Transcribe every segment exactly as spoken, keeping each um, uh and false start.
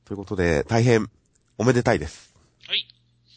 ということで、大変おめでたいです。 はい。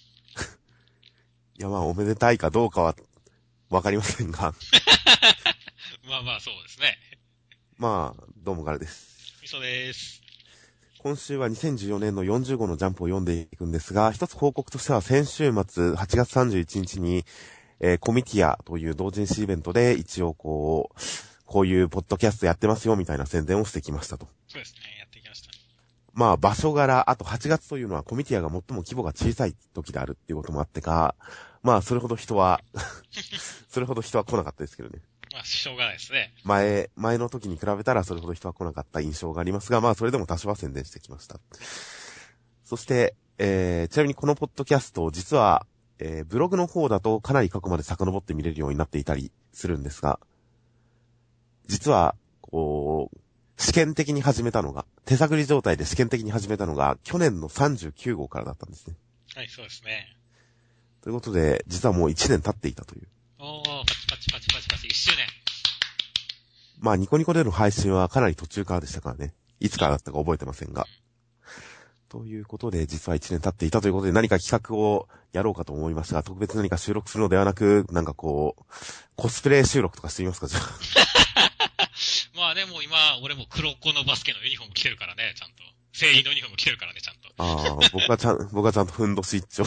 いや、まあ、おめでたいかどうかはわかりませんが。 まあまあ、そうですね。 まあ、どうもガルです。 みそです。 今週はにせんじゅうよねんのよんじゅうごうのジャンプを読んでいくんですが、一つ報告としては先週末はちがつさんじゅういちにちに、えー、コミティアという同人誌イベントで一応こう、こういうポッドキャストやってますよみたいな宣伝をしてきましたと。 そうですね、やってきました。 まあ場所柄、あとはちがつというのはコミティアが最も規模が小さい時であるっていうこともあってか、まあそれほど人は、それほど人は来なかったですけどね。 まあ、しょうがないですね。 前、前の時に比べたらそれほど人は来なかった印象がありますが、まあそれでも多少は宣伝してきました。そして、えー、ちなみにこのポッドキャスト、実は、えー、ブログの方だとかなり過去まで遡って見れるようになっていたりするんですが、実は、こう、試験的に始めたのが、手探り状態で試験的に始めたのが、去年のさんじゅうきゅうごうからだったんですね。 はい、そうですね。 ということで、実はもういちねん経っていたという。 おー、パチパチパチパチパチ、いっしゅうねん。 まあ、ニコニコでの配信はかなり途中からでしたからね。いつからだったか覚えてませんが。ということで、実はいちねん経っていたということで、何か企画をやろうかと思いましたが、特別何か収録するのではなく、なんかこう、コスプレ収録とかしてみますか、じゃあ。 まあね、もう今、俺も黒子のバスケのユニフォーム着てるからね、ちゃんと。正義のユニフォーム着てるからね、ちゃんと。 ああ、僕はちゃん、僕はちゃんとふんどし一丁で。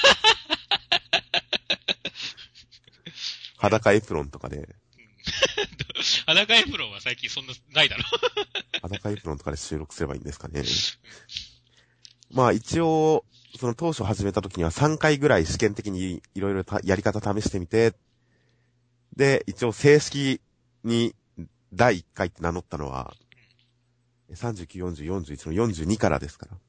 裸エプロンとかで。 裸エプロンは最近そんな、ないだろ。 裸エプロンとかで収録すればいいんですかね。まあ一応、その当初始めた時にはさんかいぐらい試験的にいろいろやり方試してみて、で、一応正式にだいいっかいって名乗ったのは、さんじゅうきゅう、よんじゅう、よんじゅういちのよんじゅうにからですから。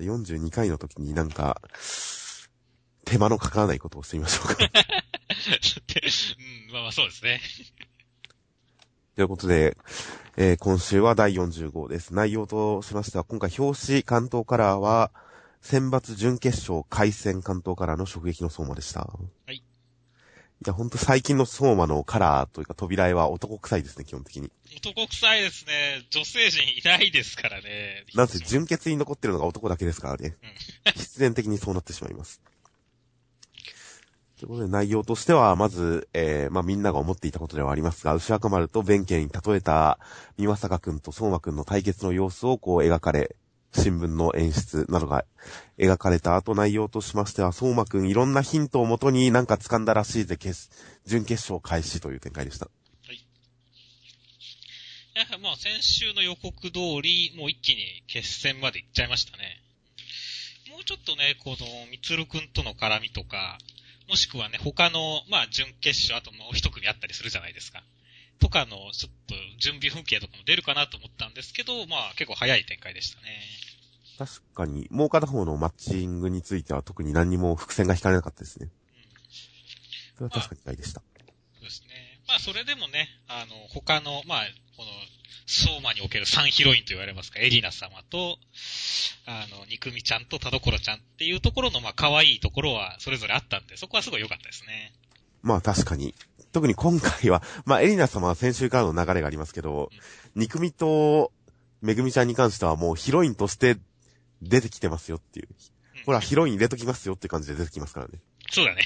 よんじゅうにかいの時になんか、手間のかからないことをしてみましょうか。 うん、まあまあそうですね。 ということで、えー、今週はだいよんじゅうごうです。内容としましては、今回表紙関東カラーは、選抜準決勝開戦関東カラーの直撃の相馬でした。はい。いや、ほんと最近の相馬のカラーというか扉絵は男臭いですね、基本的に。 男臭いですね。女性陣いないですからね。 なんせ準決に残ってるのが男だけですからね。うん、必然的にそうなってしまいます。ということで内容としては、まず、えー、まあ、みんなが思っていたことではありますが、牛若丸と弁慶に例えた、三馬坂くんと相馬くんの対決の様子をこう描かれ、新聞の演出などが描かれた後、内容としましては、相馬くんいろんなヒントをもとになんか掴んだらしいぜ、準決勝開始という展開でした。はい。 いや、まあ、先週の予告通り、もう一気に決戦まで行っちゃいましたね。もうちょっとね、この、みつるくんとの絡みとか、もしくはね、他の、まあ、準決勝、あともう一組あったりするじゃないですか。とかの、ちょっと、準備風景とかも出るかなと思ったんですけど、まあ、結構早い展開でしたね。 確かに、もう片方のマッチングについては特に何にも伏線が引かれなかったですね。うん。それは確かに意外でした。 まあ、そうですね。まあ、それでもね、あの、他の、まあ、この、相馬における三ヒロインと言われますか、エリナ様と、あの、ニクミちゃんと田所ちゃんっていうところの、まあ、可愛いところはそれぞれあったんで、そこはすごい良かったですね。 まあ確かに。特に今回は、まあエリナ様は先週からの流れがありますけど、うん、ニクミとめぐみちゃんに関してはもうヒロインとして出てきてますよっていう。うん、ほら、ヒロイン入れときますよって感じで出てきますからね。 そうだね。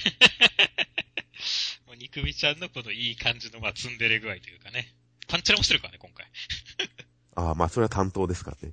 ニクミちゃんのこのいい感じの、まあ、ツンデレ具合というかね。パンチラもしてるからね、今回。 ああ、まあそれは担当ですからね。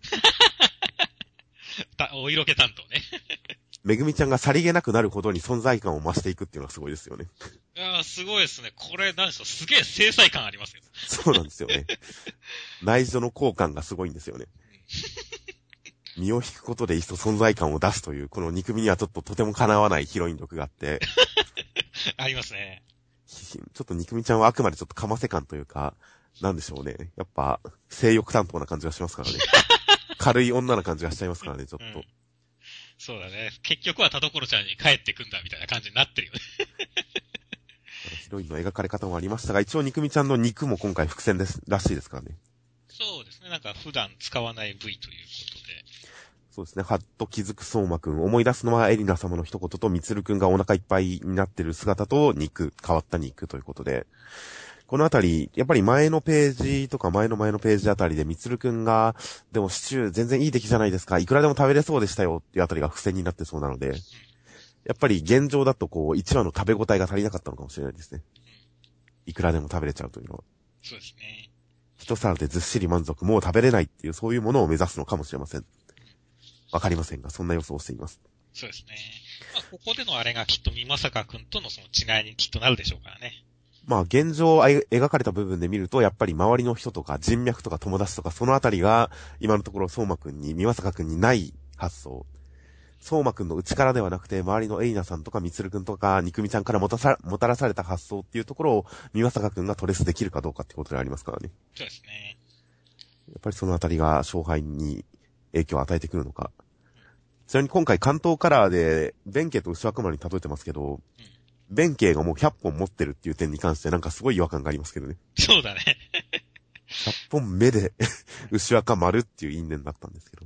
お色気担当ね。 めぐみちゃんがさりげなくなるほどに存在感を増していくっていうのはすごいですよね。 いやー、すごいですね。これ、何でしょう、すげえ制裁感ありますよ。 そうなんですよね。内助の効感がすごいんですよね。身を引くことで一層存在感を出すという、この憎みにはちょっととても叶わないヒロイン力があって。 ありますね。 ちょっと憎みちゃんはあくまでちょっとかませ感というか、なんでしょうね。やっぱ、性欲担当な感じがしますからね。軽い女な感じがしちゃいますからね、ちょっと。うん、 そうだね。結局は田所ちゃんに帰ってくんだみたいな感じになってるよね。 ヒロインの描かれ方もありましたが、一応憎みちゃんの肉も今回伏線ですらしいですからね。 そうですね。なんか普段使わない部位ということで。 そうですね。はっと気づく相馬くん。思い出すのはエリナ様の一言と、みつるくんがお腹いっぱいになってる姿と肉、変わった肉ということで。 このあたり、やっぱり前のページとか前の前のページあたりで、みつるくんが、でもシチュー全然いい出来じゃないですか、いくらでも食べれそうでしたよっていうあたりが付箋になってそうなので、やっぱり現状だとこう、いちわの食べ応えが足りなかったのかもしれないですね。いくらでも食べれちゃうというのは。 そうですね。 一皿でずっしり満足、もう食べれないっていう、そういうものを目指すのかもしれません。わかりませんが、そんな予想をしています。 そうですね。まあ、ここでのあれがきっとみまさかくんとのその違いにきっとなるでしょうからね。 まあ現状描かれた部分で見ると、やっぱり周りの人とか人脈とか友達とかそのあたりが、今のところ相馬くんに、みまさかくんにない発想。相馬くんの内からではなくて、周りのエイナさんとかみつるくんとか、にくみちゃんからもたさ、もたらされた発想っていうところを、みまさかくんがトレスできるかどうかってことでありますからね。 そうですね。 やっぱりそのあたりが勝敗に影響を与えてくるのか。ちなみに今回関東カラーで、弁慶と牛若丸に例えてますけど、うん、弁慶がもうひゃっぽん持ってるっていう点に関してなんかすごい違和感がありますけどね。 そうだね。 ひゃっぽん目で牛若丸っていう因縁だったんですけど。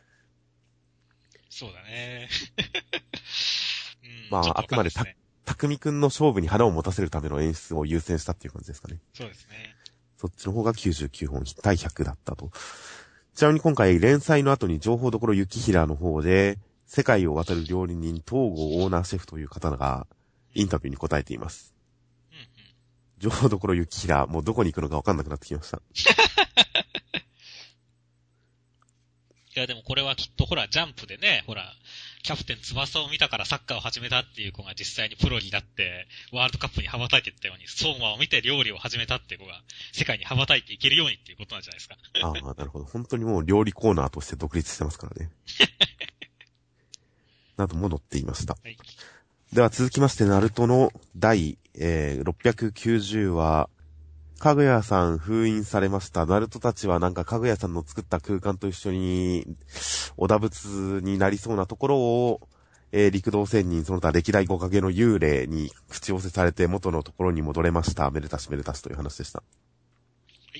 そうだね。 うん、まあ、あくまでた、たくみくんの勝負に花を持たせるための演出を優先したっていう感じですかね。 そうですね。 そっちの方がきゅうじゅうきゅうほん対ひゃくだったと。ちなみに今回連載の後に情報どころ雪平の方で、世界を渡る料理人東郷オーナーシェフという方がインタビューに答えています。うんうん、情報どころ雪平、もうどこに行くのか分かんなくなってきました。 いやでもこれはきっとほらジャンプでね、ほら、キャプテン翼を見たからサッカーを始めたっていう子が実際にプロになってワールドカップに羽ばたいていったように、相馬を見て料理を始めたっていう子が世界に羽ばたいていけるようにっていうことなんじゃないですか。 ああ、なるほど。本当にもう料理コーナーとして独立してますからね。なども載っていました。はい、では続きまして、ナルトの第、えー、ろっぴゃくきゅうじゅうわ、かぐやさん封印されました。ナルトたちはなんかかぐやさんの作った空間と一緒に、おだぶつになりそうなところを、えー、陸道仙人、その他歴代五影の幽霊に口寄せされて元のところに戻れました。めでたしめでたしという話でした。はい。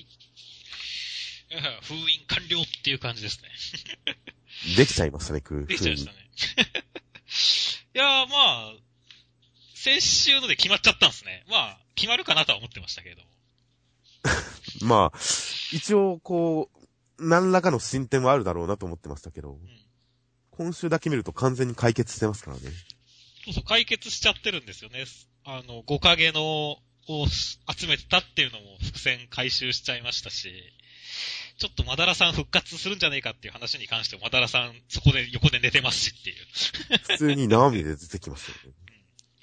封印完了っていう感じですね。 できちゃいましたね、空できちゃいましたね。いやー、まあ、先週ので決まっちゃったんですね。まあ、決まるかなとは思ってましたけど。 まあ、一応、こう、何らかの進展はあるだろうなと思ってましたけど、うん、今週だけ見ると完全に解決してますからね。 そうそう、解決しちゃってるんですよね。あの、五影のを集めてたっていうのも伏線回収しちゃいましたし、ちょっとマダラさん復活するんじゃねえかっていう話に関してもマダラさんそこで横で寝てますしっていう。 普通に生身で出てきますよね。うん、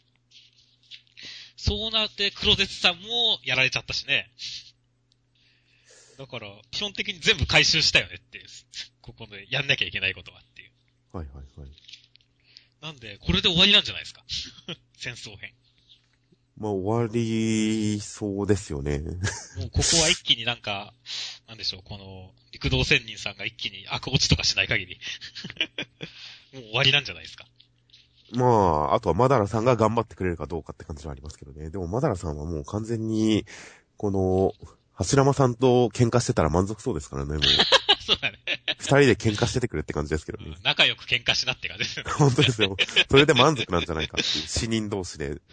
そうなって黒絶さんもやられちゃったしね。だから、基本的に全部回収したよねっていう。ここでやんなきゃいけないことはっていう。 はいはいはい。 なんで、これで終わりなんじゃないですか。戦争編。 まあ終わりそうですよね。もうここは一気になんか、なんでしょう、この、陸道仙人さんが一気に悪落ちとかしない限り。もう終わりなんじゃないですか。 まあ、あとはマダラさんが頑張ってくれるかどうかって感じはありますけどね。でもマダラさんはもう完全に、この、柱間さんと喧嘩してたら満足そうですからね、もう。 そうだね。 二人で喧嘩しててくれって感じですけどね。 うん、仲良く喧嘩しなって感じですよね。 本当ですよ。それで満足なんじゃないかっていう、死人同士で。うん、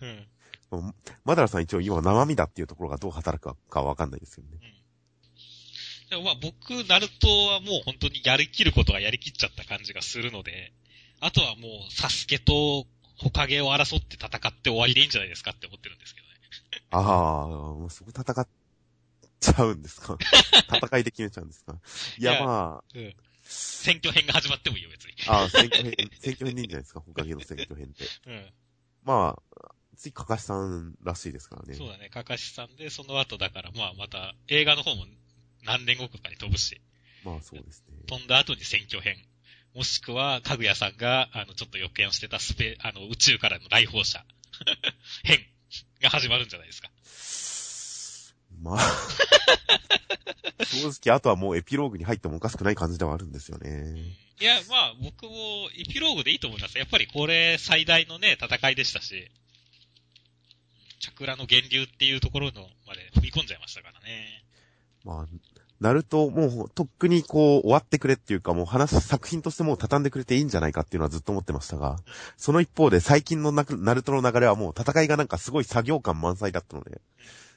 マダラさん一応今生身だっていうところがどう働くかわかんないですよね。 うん、でもまあ僕、ナルトはもう本当にやりきることがやりきっちゃった感じがするので、あとはもうサスケとホカゲを争って戦って終わりでいいんじゃないですかって思ってるんですけどね。 ああ、もうそこ戦っちゃうんですか。戦いで決めちゃうんですか。いや、いやまあ、うん、 選挙編が始まってもいいよ別に。 ああ、選挙編、選挙編でいいんじゃないですか、ホカゲの選挙編って。うん、まあ、次、かかしさんらしいですからね。 そうだね、かかしさんで、その後だから、まあまた、映画の方も何年後かに飛ぶし。 まあそうですね。 飛んだ後に選挙編。もしくは、かぐやさんが、あの、ちょっと予見をしてたスペ、あの、宇宙からの来訪者。編が始まるんじゃないですか。 まあ。正直、あとはもうエピローグに入ってもおかしくない感じではあるんですよね。うん、 いや、まあ、僕もエピローグでいいと思います。やっぱりこれ最大のね、戦いでしたし、チャクラの源流っていうところのまで踏み込んじゃいましたからね。 まあ、なると、もう、とっくにこう、終わってくれっていうか、もう話、作品としてもう畳んでくれていいんじゃないかっていうのはずっと思ってましたが、うん、その一方で最近のナルトの流れはもう戦いがなんかすごい作業感満載だったので、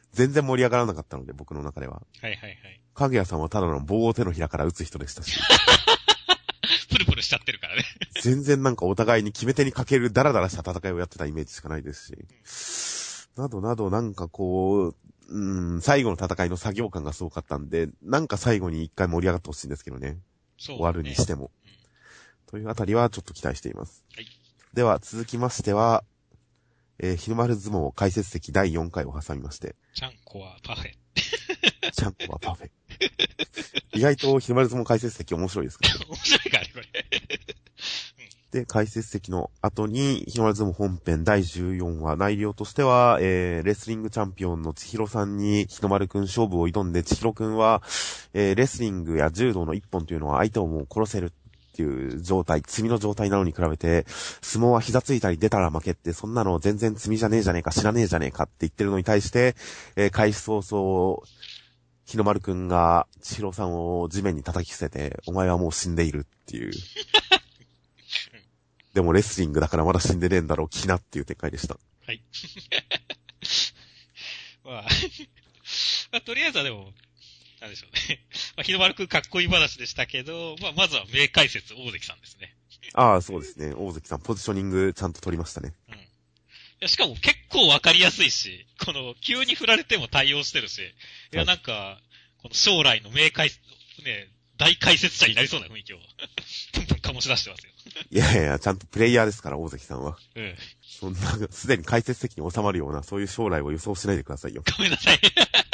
全然盛り上がらなかったので、僕の中では。 はいはいはい。 かぐやさんはただの棒を手のひらから打つ人でしたし。 プルプルしちゃってるからね。 全然なんかお互いに決め手にかけるダラダラした戦いをやってたイメージしかないですし。などなどなんかこう、うん、最後の戦いの作業感がすごかったんで、なんか最後に一回盛り上がってほしいんですけどね。 そう、ね。 終わるにしても、うん。というあたりはちょっと期待しています。 はい。 では続きましては、えー、日の丸相撲解説席だいよんかいを挟みまして。 ちゃんこはパフェ。 ちゃんこはパフェ。意外と日の丸相撲解説席面白いですからね。 面白いからね、これ。 で、解説席の後に、日の丸相撲本編だいじゅうよんわ、内容としては、えー、レスリングチャンピオンの千尋さんに日の丸くん勝負を挑んで、千尋くんは、えー、レスリングや柔道の一本というのは相手をもう殺せるっていう状態、罪の状態なのに比べて、相撲は膝ついたり出たら負けって、そんなの全然罪じゃねえじゃねえか、知らねえじゃねえかって言ってるのに対して、えー、開始早々、日の丸くんが千尋さんを地面に叩き伏せて、お前はもう死んでいるっていう。でもレスリングだからまだ死んでねえんだろう、気なっていう展開でした。 はい。まあ、まあ、とりあえずはでも、なんでしょうね。まあ、日の丸くんかっこいい話でしたけど、まあ、まずは名解説大関さんですね。 ああ、そうですね。大関さん、ポジショニングちゃんと取りましたね。 うん。いやしかも結構わかりやすいし、この、急に振られても対応してるし、いや、なんか、この将来の名解、ね、大解説者になりそうな雰囲気を、プンプン醸し出してますよ。 いやいやいや、ちゃんとプレイヤーですから、大関さんは。 うん。 そんな、すでに解説席に収まるような、そういう将来を予想しないでくださいよ。 ごめんなさい。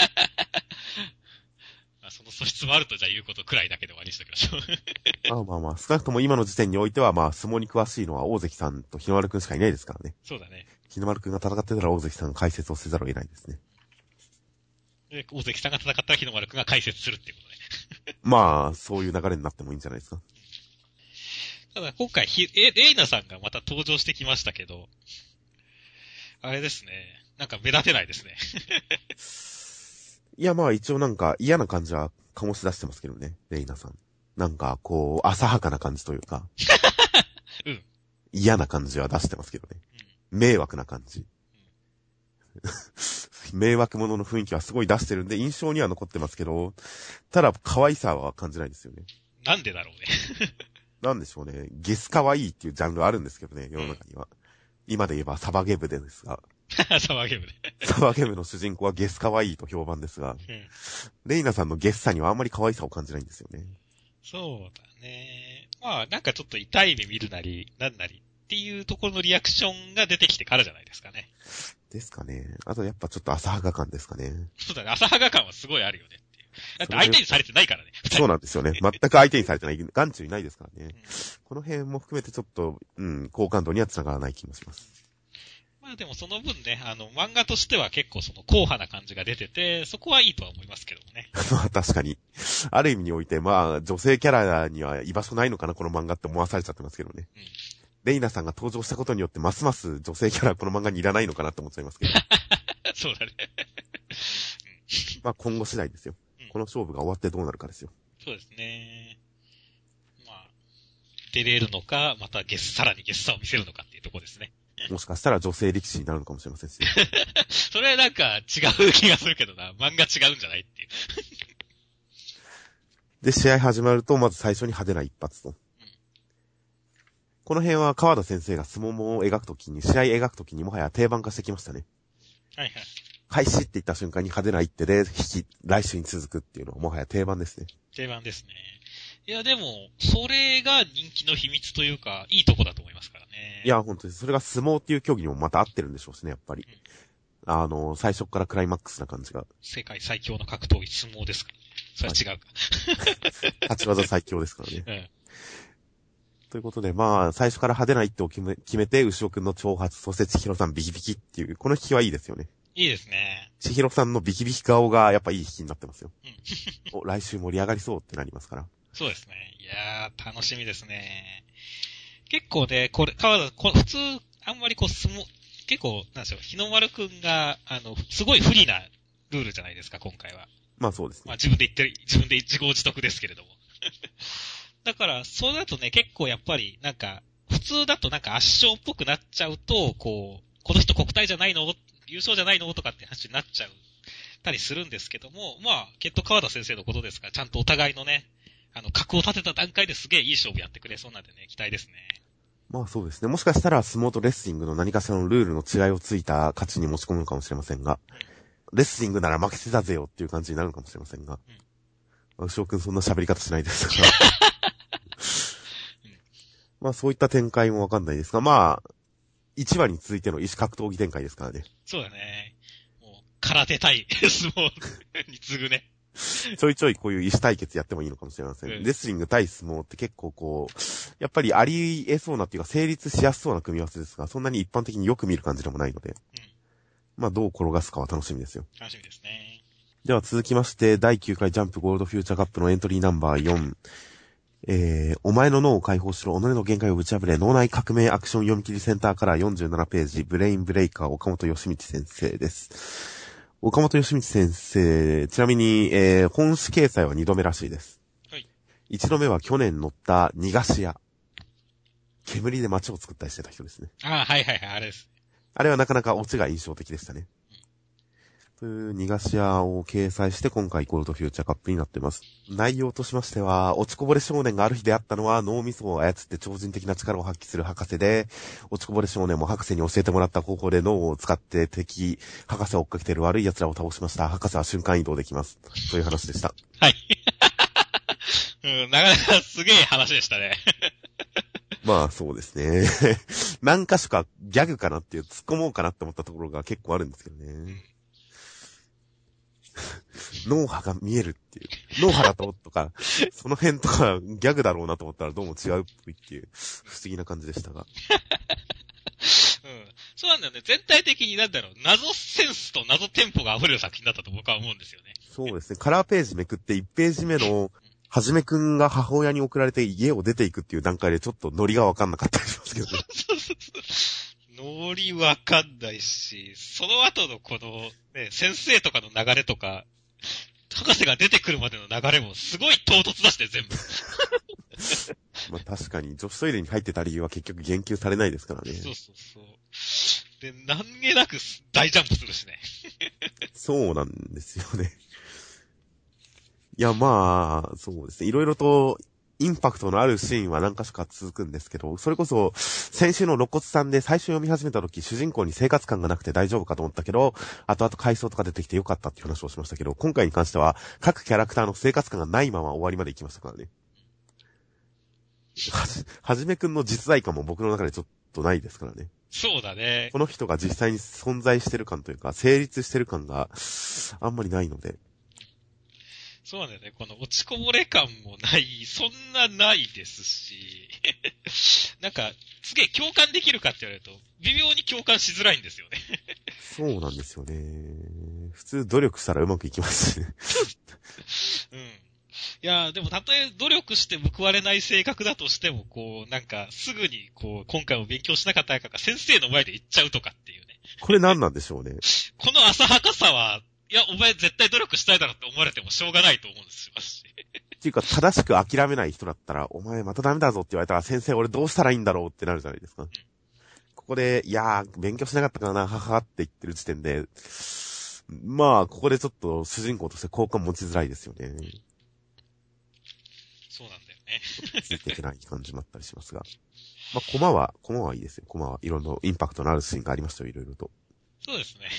まあ、その素質もあるとじゃあ言うことくらいだけで終わりにしておきましょう。 まあまあまあ、少なくとも今の時点においては、まあ、相撲に詳しいのは大関さんと日の丸くんしかいないですからね。 そうだね。 日の丸くんが戦ってたら大関さんが解説をせざるを得ないですね。 で、大関さんが戦ったら日の丸くんが解説するっていうことね。 まあ、そういう流れになってもいいんじゃないですか。 ただ今回ひ、え、レイナさんがまた登場してきましたけど、あれですね。なんか目立てないですね。 いや、まあ一応なんか嫌な感じは醸し出してますけどね、レイナさん。なんか、こう、浅はかな感じというか。 うん。 嫌な感じは出してますけどね。うん、迷惑な感じ。うん、迷惑者の雰囲気はすごい出してるんで、印象には残ってますけど、ただ、可愛さは感じないですよね。 なんでだろうね。 なんでしょうね。ゲス可愛いっていうジャンルあるんですけどね、世の中には。うん、今で言えばサバゲブでですが。 サバゲブで。 サバゲブの主人公はゲス可愛いと評判ですが、うん、レイナさんのゲスさにはあんまり可愛さを感じないんですよね。 そうだね。まあ、なんかちょっと痛い目見るなり、なんなりっていうところのリアクションが出てきてからじゃないですかね。 ですかね。あとやっぱちょっと浅はか感ですかね。 そうだね。浅はか感はすごいあるよねっていう。だって相手にされてないからね。 そうなんですよね。全く相手にされてない。眼中にないですからね。うん、この辺も含めてちょっと、うん、好感度には繋がらない気もします。 まあでもその分ね、あの、漫画としては結構その硬派な感じが出てて、そこはいいとは思いますけどもね。 まあ確かに。ある意味において、まあ女性キャラには居場所ないのかな、この漫画って思わされちゃってますけどね。うん、レイナさんが登場したことによって、ますます女性キャラこの漫画にいらないのかなって思っちゃいますけど。 そうだね。 まあ今後次第ですよ。うん、この勝負が終わってどうなるかですよ。 そうですね。まあ、出れるのか、またゲス、さらにゲスさを見せるのかっていうところですね。 もしかしたら女性力士になるのかもしれませんし。 それはなんか違う気がするけどな。漫画違うんじゃないっていう。 で、試合始まると、まず最初に派手な一発と。うん、この辺は川田先生が相撲を描くときに、試合描くときにもはや定番化してきましたね。 はいはい。 開始って言った瞬間に派手な一手で引き、来週に続くっていうのはもはや定番ですね。 定番ですね。いや、でも、それが人気の秘密というか、いいとこだと思いますからね。 いや、本当に、それが相撲っていう競技にもまた合ってるんでしょうしね、やっぱり。うん、あの、最初からクライマックスな感じが。 世界最強の格闘技相撲ですからね。それは違うか。 立ち技最強ですからね。 うん。 ということで、まあ、最初から派手な一手を決め、決めて、牛尾くんの挑発、そして千尋さんビキビキっていう、この引きはいいですよね。 いいですね。 千尋さんのビキビキ顔がやっぱいい引きになってますよ。うん、お来週盛り上がりそうってなりますから。 そうですね。いやー、楽しみですね。結構ね、これ、川田、こ普通、あんまりこう、相撲、結構、なんですよ、日の丸くんが、あの、すごい不利なルールじゃないですか、今回は。 まあそうですね。 まあ自分で言ってる、自分で自業自得ですけれども。だから、そうだとね、結構やっぱり、なんか、普通だとなんか圧勝っぽくなっちゃうと、こう、この人国体じゃないの優勝じゃないのとかって話になっちゃうたりするんですけども、まあ、ケット川田先生のことですから、ちゃんとお互いのね、あの、格を立てた段階ですげえいい勝負やってくれそうなんでね、期待ですね。 まあそうですね。もしかしたら相撲とレスリングの何かしらのルールの違いをついた勝ちに持ち込むのかもしれませんが、うん、レスリングなら負けてたぜよっていう感じになるかもしれませんが、うん、まあ、牛尾くんそんな喋り方しないですから。うん、まあそういった展開もわかんないですが、まあ、いちわに続いての異種格闘技展開ですからね。 そうだね。もう、空手対相撲に次ぐね。 ちょいちょいこういう異種対決やってもいいのかもしれません。うん、レスリング対相撲って結構こう、やっぱりあり得そうなっていうか成立しやすそうな組み合わせですが、そんなに一般的によく見る感じでもないので、うん、まあどう転がすかは楽しみですよ。 楽しみですね。 では続きまして、だいきゅうかいジャンプゴールドフューチャーカップのエントリーナンバーよん。えー、お前の脳を解放しろ、己の限界をぶち破れ、脳内革命アクション読み切りセンターからよんじゅうななページ、ブレインブレイカー岡本義道先生です。岡本義道先生、ちなみに、えー、本誌掲載はにどめらしいです。はい。いちどめは去年乗った逃がし屋。煙で街を作ったりしてた人ですね。 ああ、はいはいはい、あれです。 あれはなかなかオチが印象的でしたね。という逃がし屋を掲載して今回ゴールドフューチャーカップになっています。内容としましては、落ちこぼれ少年がある日出会ったのは脳みそを操って超人的な力を発揮する博士で、落ちこぼれ少年も博士に教えてもらった方法で脳を使って敵、博士を追っかけている悪い奴らを倒しました。博士は瞬間移動できます。という話でした。 はい。うん、なかなかすげえ話でしたね。 まあそうですね。何か所かギャグかなっていう突っ込もうかなって思ったところが結構あるんですけどね。うん脳波が見えるっていう。脳波だととか、その辺とかギャグだろうなと思ったらどうも違うっぽいっていう、不思議な感じでしたが。うん。 そうなんだよね。全体的になんだろう、謎センスと謎テンポが溢れる作品だったと僕は思うんですよね。 そうですね。カラーページめくっていちページ目の、はじめくんが母親に送られて家を出ていくっていう段階でちょっとノリがわかんなかったりしますけどね。そうそうそう。 ノリわかんないし、その後のこの、ね、先生とかの流れとか、博士が出てくるまでの流れもすごい唐突だして全部。 まあ確かに女子トイレに入ってた理由は結局言及されないですからね。 そうそうそう。で、何気なく大ジャンプするしね。 そうなんですよね。いやまあ、そうですね。いろいろと、インパクトのあるシーンは何か所か続くんですけど、それこそ、先週の肋骨さんで最初読み始めた時、主人公に生活感がなくて大丈夫かと思ったけど、後々回想とか出てきてよかったっていう話をしましたけど、今回に関しては、各キャラクターの生活感がないまま終わりまで行きましたからね。はじ、はじめくんの実在感も僕の中でちょっとないですからね。 そうだね。 この人が実際に存在してる感というか、成立してる感があんまりないので。 そうなんだよね。この落ちこぼれ感もない、そんなないですし、なんか、すげえ共感できるかって言われると、微妙に共感しづらいんですよね。 そうなんですよね。普通努力したらうまくいきますしね。 うん。いやー、でもたとえ努力して報われない性格だとしても、こう、なんか、すぐに、こう、今回も勉強しなかったかが先生の前で言っちゃうとかっていうね。 これ何なんでしょうね。 この浅はかさは、いや、お前絶対努力したいだろって思われてもしょうがないと思うんですよ、し。 っていうか、正しく諦めない人だったら、お前またダメだぞって言われたら、先生俺どうしたらいいんだろうってなるじゃないですか。うん、ここで、いやー、勉強しなかったからな、ははって言ってる時点で、まあ、ここでちょっと主人公として好感持ちづらいですよね。うん、 そうなんだよね。 ついていけない感じもあったりしますが。まあ、コマは、コマはいいですよ。コマはいろんなインパクトのあるシーンがありましたよ、いろいろと。 そうですね。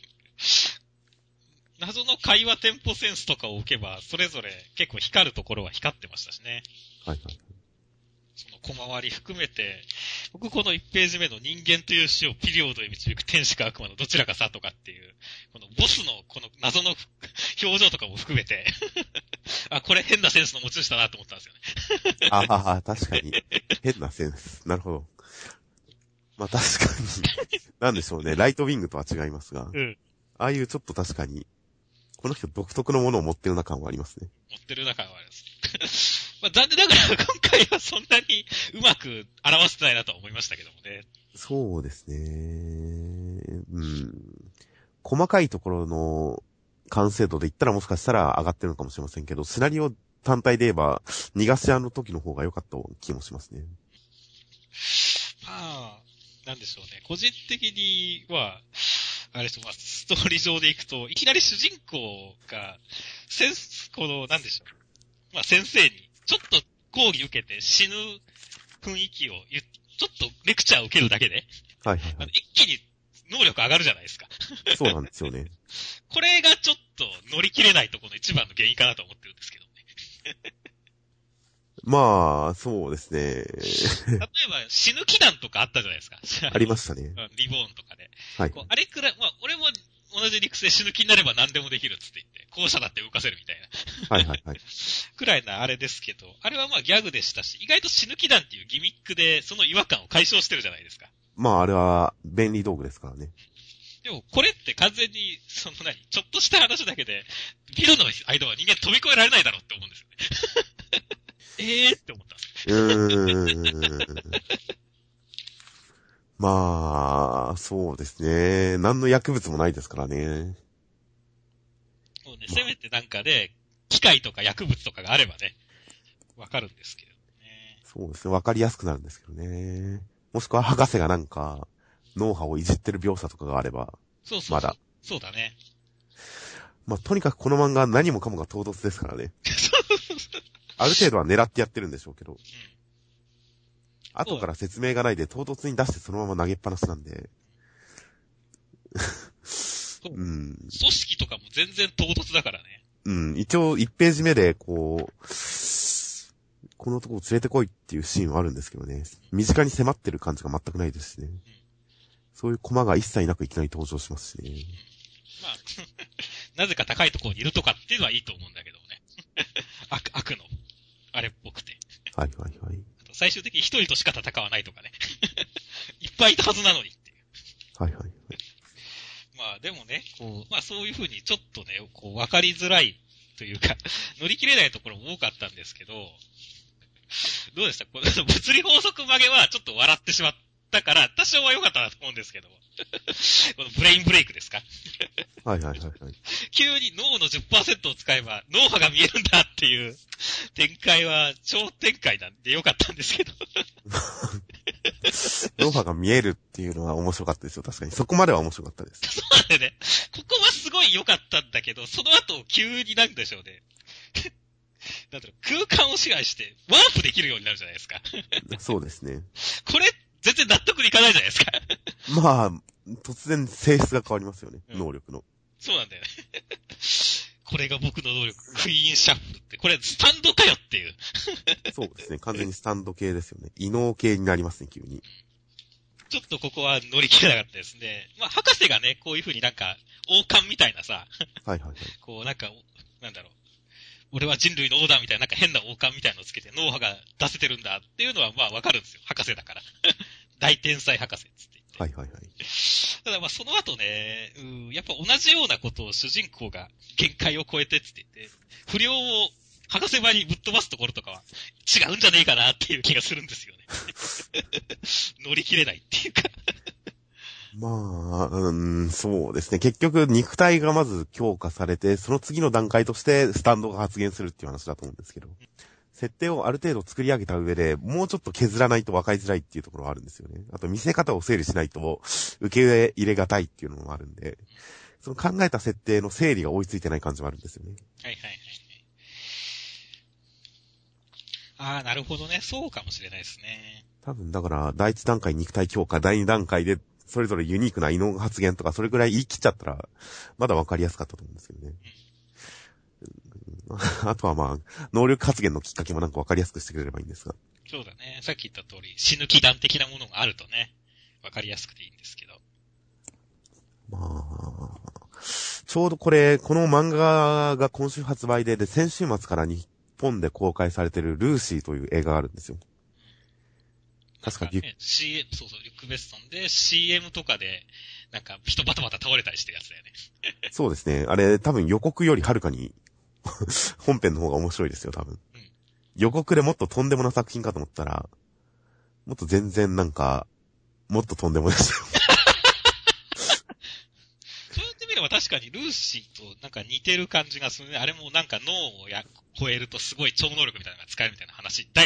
謎の会話テンポセンスとかを置けば、それぞれ結構光るところは光ってましたしね。 はいはい。 その小回り含めて、僕このいちページ目の人間という死をピリオドへ導く天使か悪魔のどちらかさとかっていう、このボスのこの謎の表情とかも含めて、あ、これ変なセンスの持ち主だなと思ったんですよね。 あはは、確かに。変なセンス。なるほど。まあ確かに。なんでしょうね。ライトウィングとは違いますが。うん。ああいうちょっと確かに、この人独特のものを持ってるな感はありますね。 持ってるな感はあります。まあ残念ながら今回はそんなにうまく表せてないなとは思いましたけどもね。 そうですね。うん。細かいところの完成度で言ったらもしかしたら上がってるのかもしれませんけど、シナリオ単体で言えば、逃がし屋の時の方が良かった気もしますね。 まあ、なんでしょうね。個人的には、 あれと、まあ、ストーリー上でいくと、いきなり主人公が、先生、この、なんでしょう。まあ、先生に、ちょっと講義受けて死ぬ雰囲気を言っ、ちょっとレクチャーを受けるだけで、 はいはいはい。 一気に能力上がるじゃないですか。 そうなんですよね。 これがちょっと乗り切れないところの一番の原因かなと思ってるんですけどね。 まあ、そうですね。 例えば、死ぬ気弾とかあったじゃないですか。 ありましたね。 リボーンとかで。 はい。 こうあれくらい、まあ、俺も同じ理屈で死ぬ気になれば何でもできるっつって言って、校舎だって動かせるみたいな。 はいはいはい。 くらいなあれですけど、あれはまあギャグでしたし、意外と死ぬ気弾っていうギミックでその違和感を解消してるじゃないですか。 まあ、あれは便利道具ですからね。 でも、これって完全に、その何、ちょっとした話だけで、ビルの間は人間飛び越えられないだろうって思うんですよね。えーって思ったんですよ。 うーん。まあ、そうですね。何の薬物もないですからね。 もうね、せめてなんかで、機械とか薬物とかがあればね、わかるんですけどね。 そうですね。わかりやすくなるんですけどね。もしくは博士がなんか、脳波をいじってる描写とかがあれば、 そうそうそう。 まだ。 そうだね。 まあ、とにかくこの漫画は何もかもが唐突ですからね。ある程度は狙ってやってるんでしょうけど。うん。後から説明がないで唐突に出してそのまま投げっぱなしなんで。 うん。組織とかも全然唐突だからね。 うん。一応いちページ目で、こう、このとこを連れてこいっていうシーンはあるんですけどね。身近に迫ってる感じが全くないですしね。うん、そういうコマが一切なくいきなり登場しますしね。うん、 まあ、なぜか高いところにいるとかっていうのはいいと思うんだけどね。悪、悪の、あれっぽくて。 はいはいはい。 最終的に一人としか戦わないとかね。いっぱいいたはずなのにっていう。 はいはいはい。 まあでもね、こう、まあそういうふうにちょっとね、こう、わかりづらいというか、乗り切れないところも多かったんですけど、どうでしたこの物理法則曲げはちょっと笑ってしまったから、多少は良かったなと思うんですけど、このブレインブレイクですかはいはいはいはい。 急に脳の じゅっパーセント を使えば脳波が見えるんだっていう展開は超展開なんで良かったんですけど。 脳波が見えるっていうのは面白かったですよ、確かに。そこまでは面白かったです。 そうなんでね。ここはすごい良かったんだけど、その後急になんでしょうね。なんだろう、空間を支配してワープできるようになるじゃないですか。そうですね。 これ、全然納得いかないじゃないですか。 まあ、突然性質が変わりますよね、うん、能力の。 そうなんだよね。これが僕の能力、クイーンシャッフルって、これスタンドかよっていう。 そうですね、完全にスタンド系ですよね。異能系になりますね、急に。 ちょっとここは乗り切れなかったですね。まあ、博士がね、こういう風になんか、王冠みたいなさ、 はいはいはい。 こうなんか、なんだろう。俺は人類の王だみたいな、なんか変な王冠みたいなのをつけて脳波が出せてるんだっていうのはまあわかるんですよ。博士だから。大天才博士っつって言って。 はいはいはい。 ただまあその後ね、うん、やっぱ同じようなことを主人公が限界を超えてっつって言って、不良を博士場にぶっ飛ばすところとかは違うんじゃねえかなっていう気がするんですよね。乗り切れないっていうか。 まあ、うん、そうですね。結局、肉体がまず強化されて、その次の段階として、スタンドが発現するっていう話だと思うんですけど、うん、設定をある程度作り上げた上で、もうちょっと削らないと分かりづらいっていうところはあるんですよね。あと、見せ方を整理しないと、受け入れがたいっていうのもあるんで、その考えた設定の整理が追いついてない感じはあるんですよね。 はいはいはい。ああ、なるほどね。そうかもしれないですね。 多分、だから、第一段階肉体強化、第二段階で、それぞれユニークな異能発言とか、それぐらい言い切っちゃったら、まだわかりやすかったと思うんですけどね。うん、あとはまあ、能力発言のきっかけもなんかわかりやすくしてくれればいいんですが。 そうだね。さっき言った通り、死ぬ気弾的なものがあるとね、わかりやすくていいんですけど。 まあ、ちょうどこれ、この漫画が今週発売で、で、先週末から日本で公開されてるルーシーという映画があるんですよ。 確かに、ね、シーエム、そうそう、リュックベストンで シーエム とかで、なんか人バタバタ倒れたりしてるやつだよね。 そうですね。あれ、多分予告よりはるかに、本編の方が面白いですよ、多分。うん、予告でもっととんでもな作品かと思ったら、もっと全然なんか、もっととんでもないですよ。 そうやってみれば確かにルーシーとなんか似てる感じがするね。あれもなんか脳をや超えるとすごい超能力みたいなのが使えるみたいな話だよね。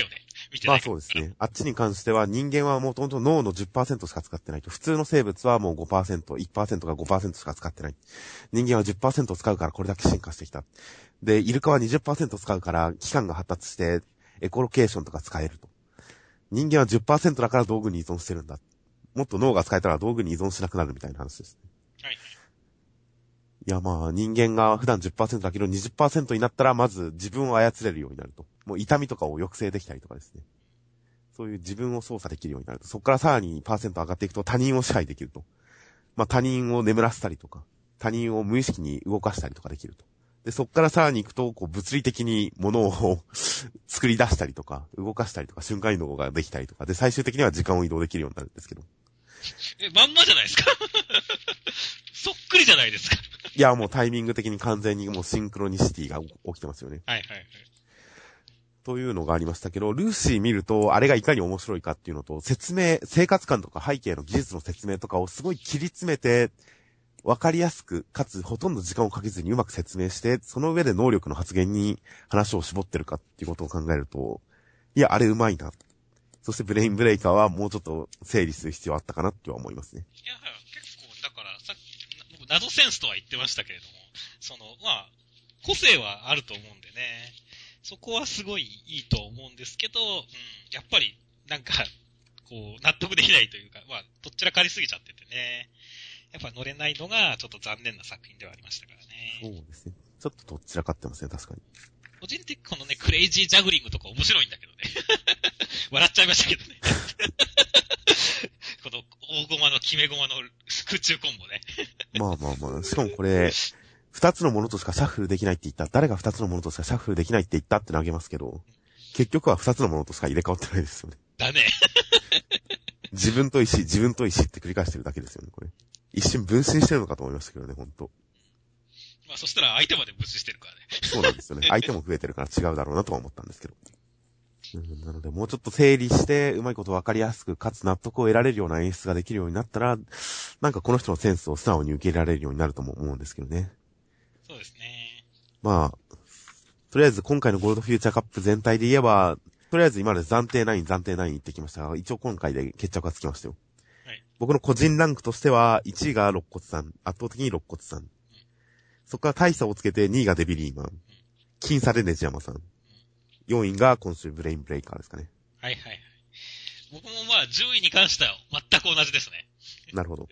見てない。 まあそうですね。あっちに関しては人間はもともと脳の じゅっパーセント しか使ってないと。普通の生物はもう ごパーセント、いちパーセント か ごパーセント しか使ってない。人間は じゅっパーセント 使うからこれだけ進化してきた。で、イルカは にじゅっパーセント 使うから器官が発達してエコロケーションとか使えると。人間は じゅっパーセント だから道具に依存してるんだ。もっと脳が使えたら道具に依存しなくなるみたいな話ですね。 はい。 いやまあ人間が普段 じゅっパーセント だけど にじゅっパーセント になったらまず自分を操れるようになると。もう痛みとかを抑制できたりとかですね。そういう自分を操作できるようになると。そこからさらにパーセント上がっていくと他人を支配できると。まあ他人を眠らせたりとか、他人を無意識に動かしたりとかできると。で、そこからさらに行くと、こう物理的に物を作り出したりとか、動かしたりとか、瞬間移動ができたりとか、で、最終的には時間を移動できるようになるんですけど。 え、まんまじゃないですかそっくりじゃないですかいや、もうタイミング的に完全にもうシンクロニシティが起きてますよね。 はいはいはい。 というのがありましたけど、ルーシー見ると、あれがいかに面白いかっていうのと、説明、生活感とか背景の技術の説明とかをすごい切り詰めて、わかりやすく、かつほとんど時間をかけずにうまく説明して、その上で能力の発言に話を絞ってるかっていうことを考えると、いや、あれうまいな。そしてブレインブレイカーはもうちょっと整理する必要あったかなっては思いますね。 いや、結構、だから、さっき、僕、謎センスとは言ってましたけれども、その、まあ、個性はあると思うんでね、そこはすごいいいと思うんですけど、うん、やっぱり、なんか、こう、納得できないというか、まあ、どっちらかりすぎちゃっててね、やっぱ乗れないのが、ちょっと残念な作品ではありましたからね。 そうですね。ちょっとどっちらかってますね、確かに。 個人的にこのね、クレイジージャグリングとか面白いんだけどね。笑っちゃいましたけどね。この大駒の決め駒の空中コンボね。 まあまあまあ、しかもこれ、二つのものとしかシャッフルできないって言った。誰が二つのものとしかシャッフルできないって言ったって投げますけど、結局は二つのものとしか入れ替わってないですよね。 だね。 自分と石、自分と石って繰り返してるだけですよね、これ。一瞬分身してるのかと思いましたけどね、ほんと。 まあそしたら相手まで分身してるからね。 そうなんですよね。相手も増えてるから違うだろうなとは思ったんですけど。うん、なので、もうちょっと整理して、うまいこと分かりやすく、かつ納得を得られるような演出ができるようになったら、なんかこの人のセンスを素直に受け入れられるようになるとも思うんですけどね。 そうですね。 まあ、とりあえず今回のゴールドフューチャーカップ全体で言えば、とりあえず今まで暫定ナイン、暫定ナイン行ってきましたが、一応今回で決着がつきましたよ。 はい、 僕の個人ランクとしては、いちいが肋骨さん、圧倒的に肋骨さん。うん、そこから大差をつけてにいがデビリーマン。うん、僅差でネジヤマさん。うん、よんいが今週ブレインブレイカーですかね。 はいはいはい。僕もまあじゅういに関しては全く同じですね。 なるほど。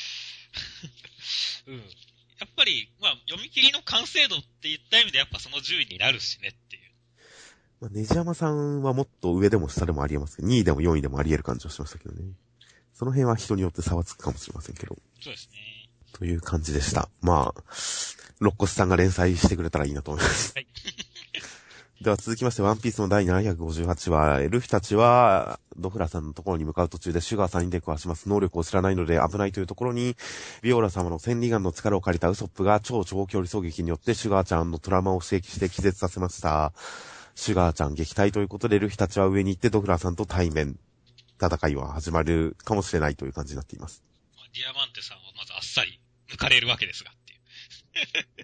うん。やっぱり、まあ、読み切りの完成度って言った意味でやっぱそのじゅういになるしねっていう。 まあ、ネジヤマさんはもっと上でも下でもありえますけど、にいでもよんいでもあり得る感じはしましたけどね。その辺は人によって差はつくかもしれませんけど。 そうですね。 という感じでした。まあ、肋骨さんが連載してくれたらいいなと思います。はい。では続きまして、ワンピースの第ななひゃくごじゅうはちわ、ルフィたちは、ドフラさんのところに向かう途中でシュガーさんに出くわします。能力を知らないので危ないというところに、ビオラ様の千里眼の力を借りたウソップが超長距離狙撃によってシュガーちゃんのトラウマを刺激して気絶させました。シュガーちゃん撃退ということで、ルフィたちは上に行ってドフラさんと対面。戦いは始まるかもしれないという感じになっています。 ディアマンテさんはまずあっさり抜かれるわけですがっていう。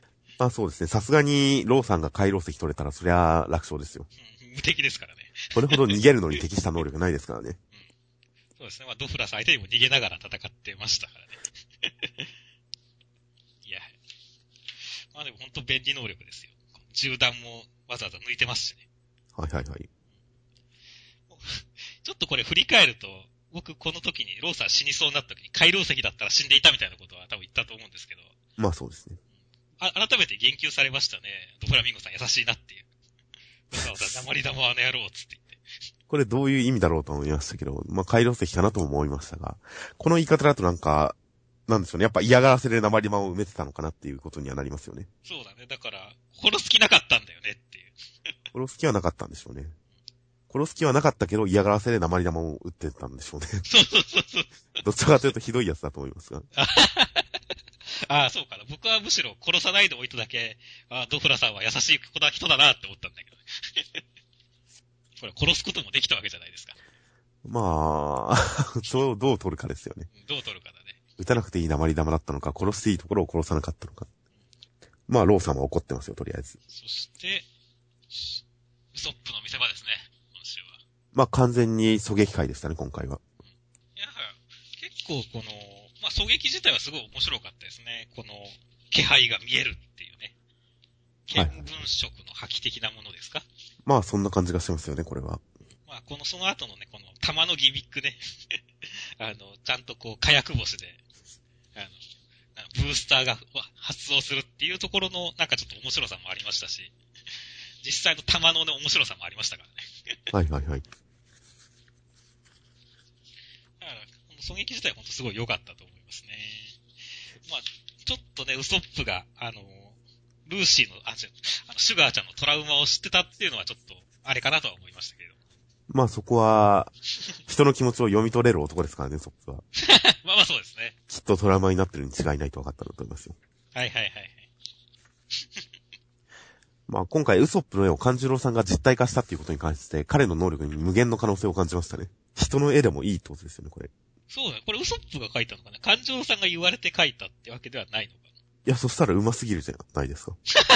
まあそうですね。さすがにローさんが回廊石取れたらそりゃ楽勝ですよ。 うん、無敵ですからね。 これほど逃げるのに適した能力ないですからね。うん、 そうですね。まあドフラス相手にも逃げながら戦ってましたからね。いや。まあでも本当便利能力ですよ。銃弾もわざわざ抜いてますしね。 はいはいはい。 ちょっとこれ振り返ると、僕この時にローさん死にそうになった時に回廊石だったら死んでいたみたいなことは多分言ったと思うんですけど。 まあそうですね。 あ、改めて言及されましたね。ドフラミンゴさん優しいなっていう。わざわざ黙り玉あの野郎つって言って。 これどういう意味だろうと思いましたけど、まあ回廊石かなとも思いましたが、この言い方だとなんか、なんでしょうね。やっぱ嫌がらせで鉛玉を埋めてたのかなっていうことにはなりますよね。 そうだね。だから、殺す気なかったんだよねっていう。 殺す気はなかったんでしょうね。殺す気はなかったけど嫌がらせで鉛玉を打ってたんでしょうね。 そうそうそうそう。 どちらかというとひどいやつだと思いますが。 ああ、そうかな。僕はむしろ殺さないでおいただけ、あドフラさんは優しい子だ人だなって思ったんだけど。これ殺すこともできたわけじゃないですか。 まあ、どう、どう取るかですよね。 どう取るかだね。 撃たなくていい鉛玉だったのか、殺していいところを殺さなかったのか。まあ、ローさんは怒ってますよ、とりあえず。 そして、ウソップの見せ場ですね、今週は。 まあ完全に狙撃会でしたね、今回は。 いや、結構この、まあ狙撃自体はすごい面白かったですね。この、気配が見えるっていうね。見聞色の破棄的なものですか、はい、 まあそんな感じがしますよね、これは。 まあこの、その後のね、この弾のギミックね。あの、ちゃんとこう、火薬星で、あの、ブースターが発動するっていうところの、なんかちょっと面白さもありましたし、実際の弾のね、面白さもありましたからね。 はいはいはい。 だから、この狙撃自体は本当すごい良かったと思いますね。まあ、ちょっとね、ウソップが、あの、ルーシーの、あ、あの、シュガーちゃんのトラウマを知ってたっていうのはちょっと、あれかなとは思いましたけど。 まあそこは、人の気持ちを読み取れる男ですからね、そこは。 まあまあそうですね。 きっとトラウマになってるに違いないと分かったんだと思いますよ。 はいはいはいはい。 まあ今回ウソップの絵を勘十郎さんが実体化したっていうことに関して、彼の能力に無限の可能性を感じましたね。人の絵でもいいってことですよね、これ。 そうだね。これウソップが描いたのかな、勘十郎さんが言われて描いたってわけではないのかな。 いや、そしたら上手すぎるじゃないですか。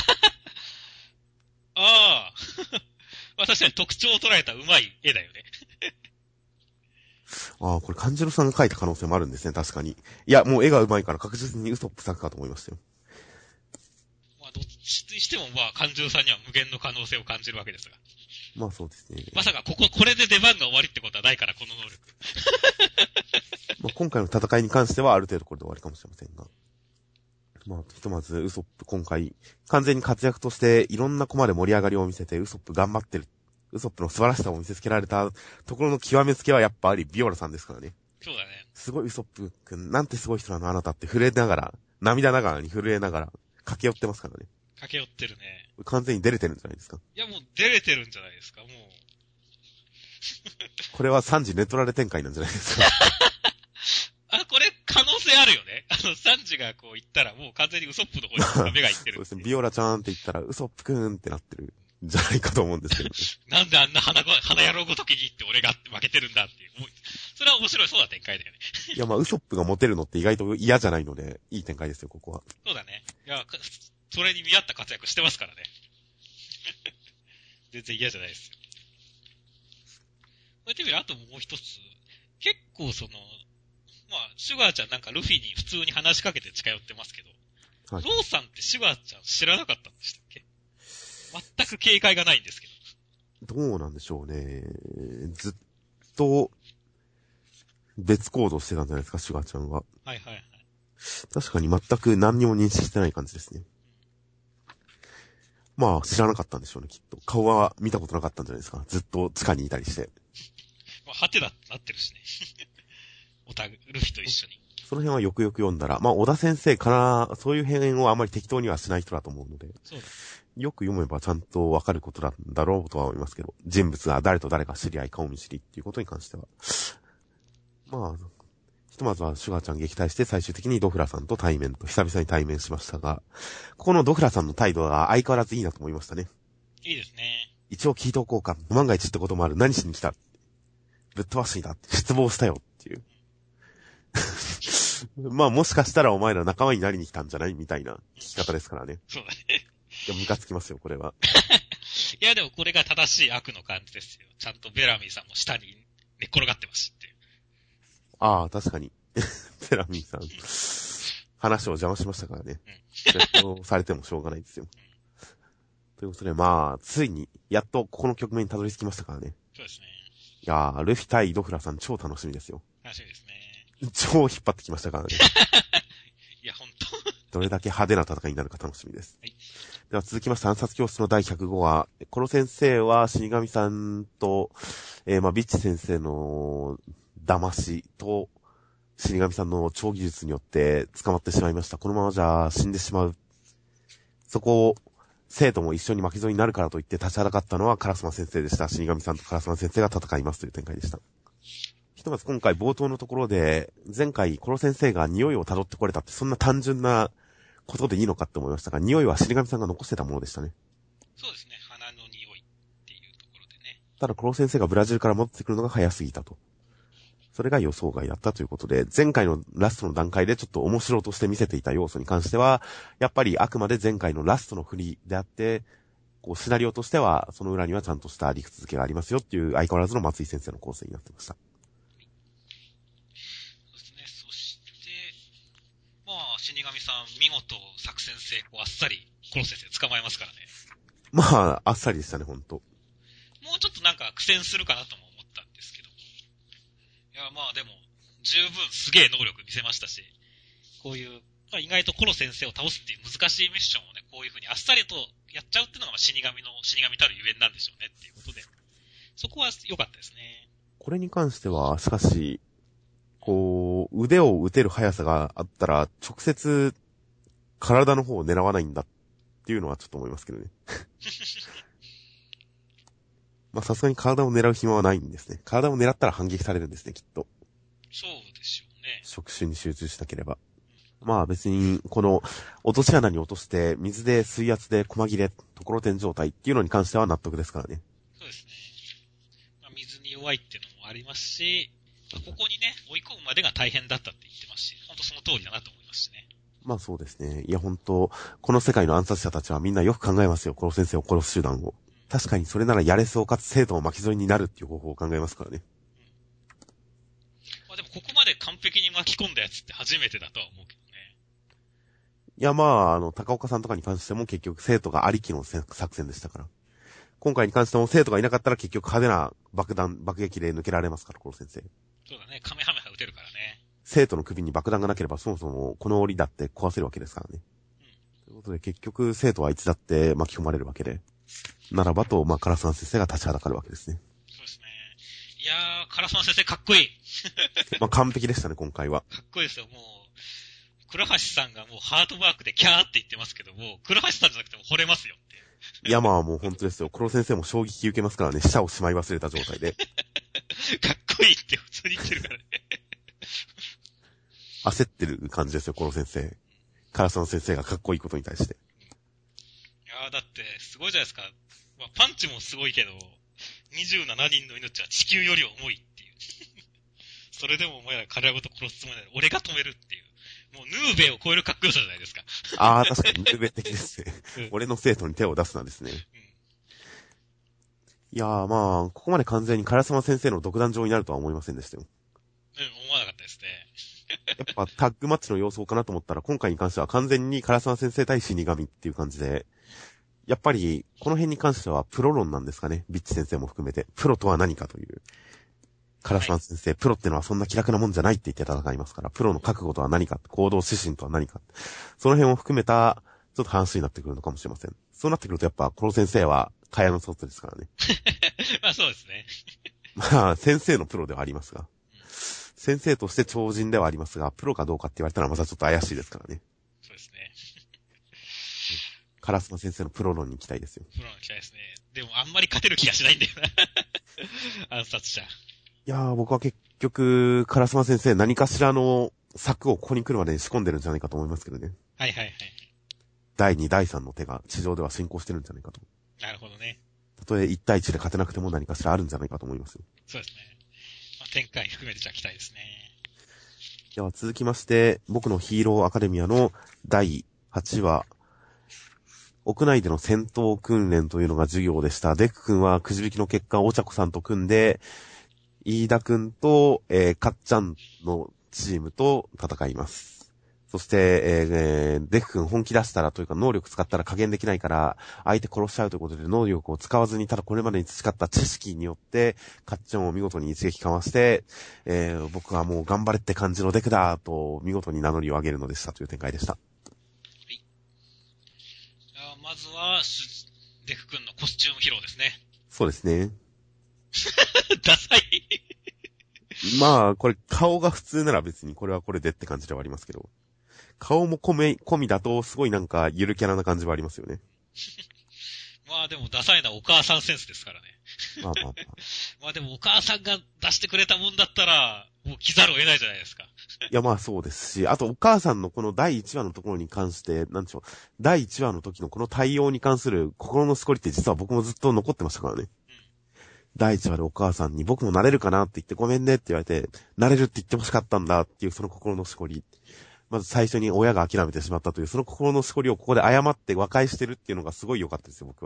ああ。まあ確かに特徴を捉えた上手い絵だよね。 ああ、これ勘十郎さんが描いた可能性もあるんですね、確かに。いや、もう絵が上手いから確実にウソップ作かと思いましたよ。 まあどっちにしてもまあ勘十郎さんには無限の可能性を感じるわけですが。 まあそうですね。 まさかここ、これで出番が終わりってことはないから、この能力。 まあ今回の戦いに関してはある程度これで終わりかもしれませんが。まあ、ひとまず、ウソップ今回、完全に活躍としていろんなコマで盛り上がりを見せて、ウソップ頑張ってる。ウソップの素晴らしさを見せつけられたところの極めつけはやっぱあり、ビオラさんですからね。 そうだね。 すごいウソップくん、なんてすごい人なのあなたって震えながら、涙ながらに震えながら、駆け寄ってますからね。 駆け寄ってるね。 完全に出れてるんじゃないですか。 いやもう出れてるんじゃないですか、もう。 これはさんじネトラレ展開なんじゃないですか。 あ、これ可能性あるよね。あの、サンジがこう言ったらもう完全にウソップの方に目がいってる。 そうですね。ビオラちゃんって言ったら、ウソップくんってなってるんじゃないかと思うんですけど、ね。 なんであんな花、花野郎ごときにって俺が負けてるんだっていう。それは面白いそうな展開だよね。 いや、まあ、ウソップがモテるのって意外と嫌じゃないので、いい展開ですよ、ここは。 そうだね。いや、それに見合った活躍してますからね。全然嫌じゃないですよ。こうやってみるあともう一つ。結構その、まあ、シュガーちゃんなんかルフィに普通に話しかけて近寄ってますけど、はい、ローさんってシュガーちゃん知らなかったんでしたっけ？全く警戒がないんですけど。どうなんでしょうね。ずっと、別行動してたんじゃないですか、シュガーちゃんは。 はいはいはい。 確かに全く何にも認識してない感じですね。まあ、知らなかったんでしょうね、きっと。顔は見たことなかったんじゃないですか。ずっと地下にいたりして。 まあ、ハテだってなってるしね。オタグ、ルフィと一緒に。 その辺はよくよく読んだら、まあ、小田先生から、そういう辺をあまり適当にはしない人だと思うので。そうだ。よく読めばちゃんとわかることなんだろうとは思いますけど、人物が誰と誰が知り合い顔見知りっていうことに関しては。まあ、ひとまずはシュガーちゃん撃退して最終的にドフラさんと対面と久々に対面しましたが、ここのドフラさんの態度は相変わらずいいなと思いましたね。いいですね。 一応聞いておこうか。万が一ってこともある。何しに来た？ぶっ飛ばしにだって失望したよっていう。まあもしかしたらお前ら仲間になりに来たんじゃないみたいな聞き方ですからね。 そうだね。 いや、ムカつきますよ、これは。 いや、でもこれが正しい悪の感じですよ。ちゃんとベラミーさんも下に寝っ転がってますっていう。 ああ、確かに。ベラミーさん。話を邪魔しましたからね。うん。されてもしょうがないですよ。うん、ということで、まあ、ついに、やっとここの局面にたどり着きましたからね。 そうですね。 いやー、ルフィ対ドフラさん超楽しみですよ。 楽しみですね。 超引っ張ってきましたからね。 いや、ほんと。 どれだけ派手な戦いになるか楽しみです。はい、では続きまして暗殺教室のだいひゃくごわ。この先生は死神さんと、えー、まあ、ビッチ先生の騙しと、死神さんの超技術によって捕まってしまいました。このままじゃ死んでしまう。そこを、生徒も一緒に巻き添えになるからといって立ちはだかったのはカラスマ先生でした。死神さんとカラスマ先生が戦いますという展開でした。ひとまず今回冒頭のところで、前回コロ先生が匂いを辿ってこれたってそんな単純なことでいいのかって思いましたが、匂いは死神さんが残してたものでしたね。 そうですね。鼻の匂いっていうところでね。 ただコロ先生がブラジルから戻ってくるのが早すぎたと。それが予想外だったということで、前回のラストの段階でちょっと面白として見せていた要素に関しては、やっぱりあくまで前回のラストの振りであって、 こう、シナリオとしては、その裏にはちゃんとした理屈付けがありますよっていう相変わらずの松井先生の構成になってました。 そうですね。そして、まあ、死神さん、見事作戦成功あっさり、コロ先生捕まえますからね。 まあ、あっさりでしたね、ほんと。 もうちょっとなんか苦戦するかなとも思ったんですけど。いや、まあでも、十分すげえ能力見せましたし、こういう、まあ、意外とコロ先生を倒すっていう難しいミッションをね、こういう風にあっさりとやっちゃうっていうのが、まあ、死神の、死神たるゆえんなんでしょうねっていうことで、そこは良かったですね。 これに関しては、しかし、こう、腕を打てる速さがあったら、直接、体の方を狙わないんだっていうのはちょっと思いますけどね。まあさすがに体を狙う暇はないんですね。体を狙ったら反撃されるんですね、きっと。 そうでしょうね。 触手に集中しなければ。まあ別に、この、落とし穴に落として、水で水圧で細切れ、ところてん状態っていうのに関しては納得ですからね。 そうですね。まあ、水に弱いっていうのもありますし、まあ、ここにね、追い込むまでが大変だったって言ってますし、本当その通りだなと思いますしね。 まあそうですね。いや本当この世界の暗殺者たちはみんなよく考えますよ。殺す先生を殺す手段を。確かにそれならやれそうかつ生徒を巻き添えになるっていう方法を考えますからね。 うん。まあでもここまで完璧に巻き込んだやつって初めてだとは思うけどね。 いやまあ、あの、高岡さんとかに関しても結局生徒がありきの作戦でしたから。今回に関しても生徒がいなかったら結局派手な爆弾、爆撃で抜けられますから、殺す先生。 そうだね。カメハメハ撃てるからね。 生徒の首に爆弾がなければそもそもこの檻だって壊せるわけですからね。うん、ということで結局生徒はいつだって巻き込まれるわけで。ならばと、まあ、唐沢先生が立ちはだかるわけですね。 そうですね。いやー、唐沢先生かっこいい。 まあ、完璧でしたね、今回は。 かっこいいですよ、もう。黒橋さんがもうハートマークでキャーって言ってますけども、黒橋さんじゃなくても惚れますよって。 いや、まあもう本当ですよ。黒先生も衝撃受けますからね、舌をしまい忘れた状態で。 かっこいいって普通に言ってるからね。 焦ってる感じですよ、黒先生。唐沢先生がかっこいいことに対して。 いやーだって、すごいじゃないですか。まあ、パンチもすごいけど、にじゅうななにんの命は地球より重いっていう。それでもお前ら彼らごと殺すつもりない。俺が止めるっていう。もうヌーベを超えるかっこよさじゃないですか。 ああ、確かにヌーベ的ですね。 うん、 俺の生徒に手を出すなんですね。うん、 いやーまあ、ここまで完全に唐沢先生の独壇場になるとは思いませんでしたよ。 うん、思わなかったですね。 やっぱタッグマッチの様相かなと思ったら、今回に関しては完全に唐沢先生対死神っていう感じで、やっぱり、この辺に関してはプロ論なんですかね。ビッチ先生も含めて。プロとは何かという。唐沢先生、はい、プロってのはそんな気楽なもんじゃないって言って戦いますから、プロの覚悟とは何か、行動指針とは何か。その辺を含めた、ちょっと話になってくるのかもしれません。そうなってくるとやっぱ、この先生は、蚊帳の外ですからね。 まあそうですね。 まあ、先生のプロではありますが。先生として超人ではありますが、プロかどうかって言われたらまたちょっと怪しいですからね。 そうですね。 烏丸先生のプロ論に期待ですよ。 プロの期待ですね。でもあんまり勝てる気がしないんだよな。暗殺者。 いやー、僕は結局、烏丸先生何かしらの策をここに来るまでに仕込んでるんじゃないかと思いますけどね。 はいはいはい。 だいに、だいさんの手が地上では進行してるんじゃないかと。 なるほどね。 たとえいち対いちで勝てなくても何かしらあるんじゃないかと思いますよ。 そうですね。まあ、展開含めてじゃあ期待ですね。 では続きまして、僕のヒーローアカデミアのだいはちわ、屋内での戦闘訓練というのが授業でした。デク君はくじ引きの結果、お茶子さんと組んで、飯田君と、えー、かっちゃんのチームと戦います。そして、えー、デク君本気出したらというか能力使ったら加減できないから、相手殺しちゃうということで能力を使わずに、ただこれまでに培った知識によって、かっちゃんを見事に一撃かまして、えー、僕はもう頑張れって感じのデクだと見事に名乗りを上げるのでしたという展開でした。 まずは、デク君のコスチューム披露ですね。 そうですね。 ダサい。 まあ、これ顔が普通なら別にこれはこれでって感じではありますけど、顔も込め、込みだとすごいなんかゆるキャラな感じはありますよね。 まあでもダサいのはお母さんセンスですからね。 まあまあまあ。 まあでもお母さんが出してくれたもんだったら、もう来ざるを得ないじゃないですか。 いやまあそうですし、あとお母さんのこのだいいちわのところに関して、なんでしょう、だいいちわの時のこの対応に関する心のしこりって実は僕もずっと残ってましたからね。うん、だいいちわでお母さんに僕もなれるかなって言ってごめんねって言われて、なれるって言ってほしかったんだっていうその心のしこり。まず最初に親が諦めてしまったというその心のしこりをここで謝って和解してるっていうのがすごい良かったですよ、僕は。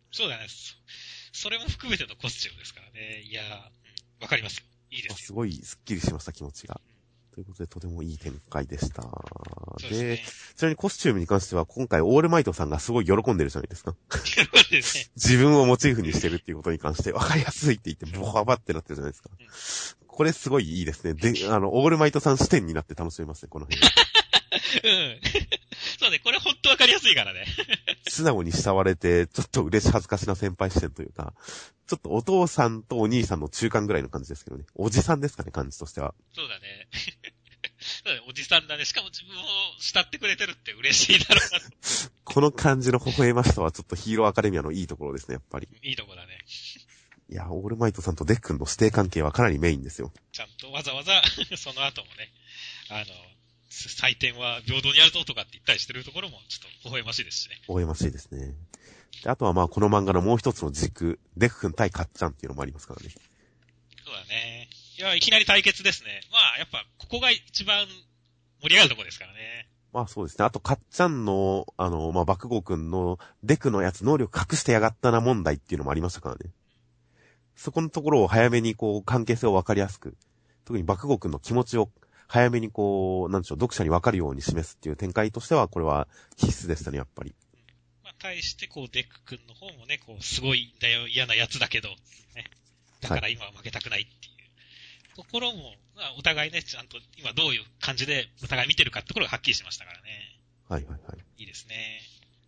そうだね。そ、それも含めてのコスチュームですからね。いやー、うん、わかりますよ。いいですよ。 すごいスッキリしました、気持ちが。うん、ということで、とてもいい展開でした。で、でね、ちなみにコスチュームに関しては、今回オールマイトさんがすごい喜んでるじゃないですか。 そうですね。 自分をモチーフにしてるっていうことに関して、わかりやすいって言って、ボワバってなってるじゃないですか。うん、これすごいいいですね。で、あの、オールマイトさん視点になって楽しめますね、この辺。 うん。そうね、これほんとわかりやすいからね。 素直に慕われて、ちょっと嬉し恥ずかしな先輩視点というか、ちょっとお父さんとお兄さんの中間ぐらいの感じですけどね。おじさんですかね、感じとしては。 そうだね。そうだね、おじさんだね。しかも自分を慕ってくれてるって嬉しいだろうな。 この感じの微笑ましさはちょっとヒーローアカデミアのいいところですね、やっぱり。 いいとこだね。 いや、オールマイトさんとデックンの師弟関係はかなりメインですよ。 ちゃんとわざわざその後もね、あの、採点は平等にやるぞとかって言ったりしてるところもちょっと微笑ましいですしね。 微笑ましいですね。で、あとはまあこの漫画のもう一つの軸、デク君対カッチャンっていうのもありますからね。 そうだね。いや、いきなり対決ですね。まあ、やっぱここが一番盛り上がるところですからね。 まあそうですね。あとカッチャンの、あの、まあ爆豪君のデクのやつ能力隠してやがったな問題っていうのもありましたからね。そこのところを早めにこう関係性を分かりやすく、特に爆豪君の気持ちを早めにこう、なんでしょう、読者に分かるように示すっていう展開としては、これは必須でしたね、やっぱり。 うん、まあ、対して、こう、デック君の方もね、こう、すごいんだよ、嫌なやつだけど、ね。だから今は負けたくないっていうところも、はい、まあ、お互いね、ちゃんと今どういう感じでお互い見てるかってところがはっきりしましたからね。 はいはいはい。いいいですね。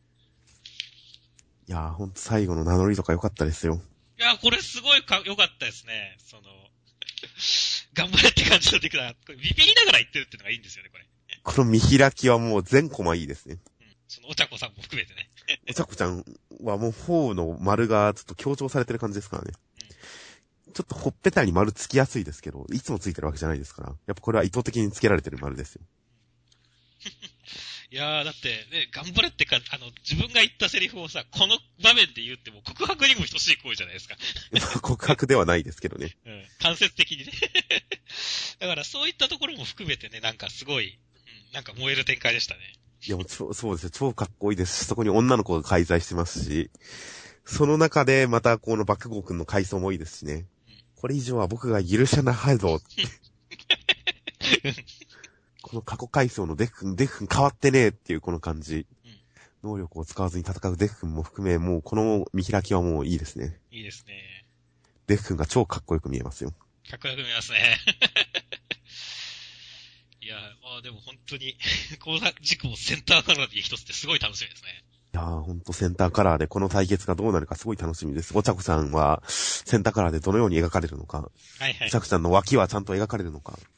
いやー、ほんと最後の名乗りとか良かったですよ。 いやー、これすごいか良かったですね。その、頑張れって感じのデクだ。これビビりながら言ってるっていうのがいいんですよね、これ。 この見開きはもう全コマいいですね。 うん。そのお茶子さんも含めてね。 お茶子ちゃんはもうフォーの丸がちょっと強調されてる感じですからね。うん、ちょっとほっぺたに丸つきやすいですけど、いつもついてるわけじゃないですから。やっぱこれは意図的につけられてる丸ですよ。 いやー、だってね、頑張れってか、あの、自分が言ったセリフをさ、この場面で言っても告白にも等しい行為じゃないですか。 告白ではないですけどね。 うん。間接的にね。だからそういったところも含めてね、なんかすごい、うん、なんか燃える展開でしたね。 いやもう超、そうですよ。超かっこいいですし、そこに女の子が介在してますし、その中でまたこの爆豪くんの回想もいいですしね。うん、これ以上は僕が許さないぞ。この過去回想のデフ君、デフ君変わってねえっていうこの感じ。うん、能力を使わずに戦うデフ君も含め、もうこの見開きはもういいですね。 いいですね。 デフ君が超かっこよく見えますよ。 かっこよく見えますね。いや、まあでも本当に、この軸をセンターカラーで一つってすごい楽しみですね。 いやー、ほんとセンターカラーでこの対決がどうなるかすごい楽しみです。お茶子さんはセンターカラーでどのように描かれるのか。 はいはい。 お茶子さんの脇はちゃんと描かれるのか。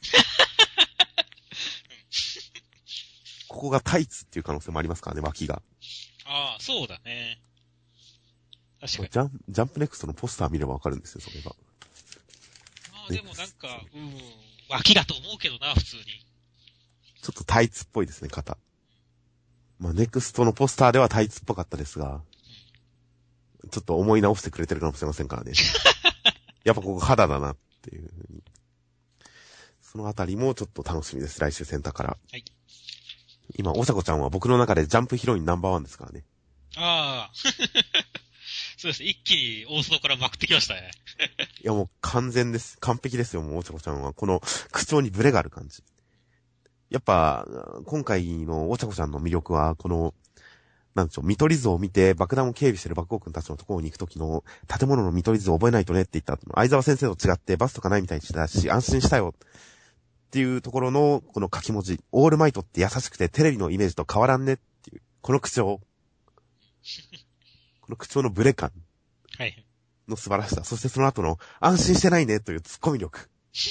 ここがタイツっていう可能性もありますからね、脇が。 ああ、そうだね。確かに。 ジャン、ジャンプネクストのポスター見ればわかるんですよ、それが。 まあでもなんか、うん、脇だと思うけどな、普通に。 ちょっとタイツっぽいですね、肩。まあ、ネクストのポスターではタイツっぽかったですが、うん、ちょっと思い直してくれてるかもしれませんからね。やっぱここ肌だなっていう風に。そのあたりもちょっと楽しみです、来週センターから。はい。今、おさこちゃんは僕の中でジャンプヒロインナンバーワンですからね。 ああ。そうです。一気に大外からまくってきましたね。 いやもう完全です。完璧ですよ、もうおさこちゃんは。この口調にブレがある感じ。やっぱ、今回のおちゃこちゃんの魅力は、この、なんでしょう、見取り図を見て爆弾を警備してる爆豪くんたちのところに行くときの、建物の見取り図を覚えないとねって言った後の、相沢先生と違ってバスとかないみたいにしたし、安心したよ。っていうところの、この書き文字、オールマイトって優しくてテレビのイメージと変わらんねっていう、この口調。この口調のブレ感。 はい。 の素晴らしさ。そしてその後の、安心してないねというツッコミ力。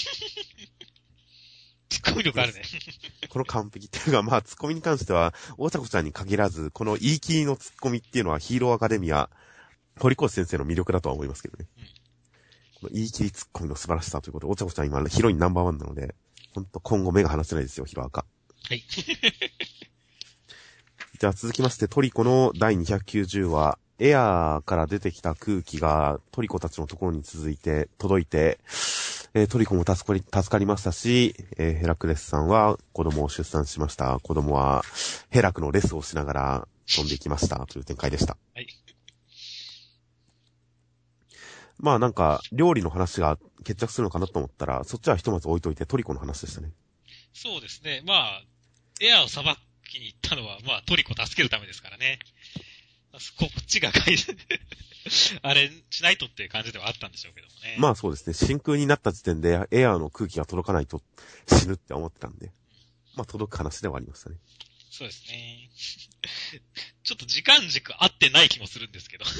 ツッコミ力あるね。 この完璧っていうか、まあ、ツッコミに関しては、大迫ちゃんに限らず、この言い切りのツッコミっていうのはヒーローアカデミア、堀越先生の魅力だとは思いますけどね。うん、この言い切りツッコミの素晴らしさということで、大迫ちゃん今、ヒロインナンバーワンなので、ほんと今後目が離せないですよ、ヒロアカ。 はい。 じゃあ続きまして、トリコのだいにひゃくきゅうじゅうわ、エアーから出てきた空気がトリコたちのところに続いて、届いて、えー、トリコも助かり、助かりましたし、えー、ヘラクレスさんは子供を出産しました。子供はヘラクのレスをしながら飛んでいきましたという展開でした。 はい。 まあなんか、料理の話が決着するのかなと思ったら、そっちはひとまず置いといてトリコの話でしたね。 そうですね。まあ、エアをさばきに行ったのは、まあトリコ助けるためですからね。こっちが改善、あれしないとっていう感じではあったんでしょうけどもね。 まあそうですね。真空になった時点でエアーの空気が届かないと死ぬって思ってたんで。まあ届く話ではありましたね。 そうですね。ちょっと時間軸合ってない気もするんですけど。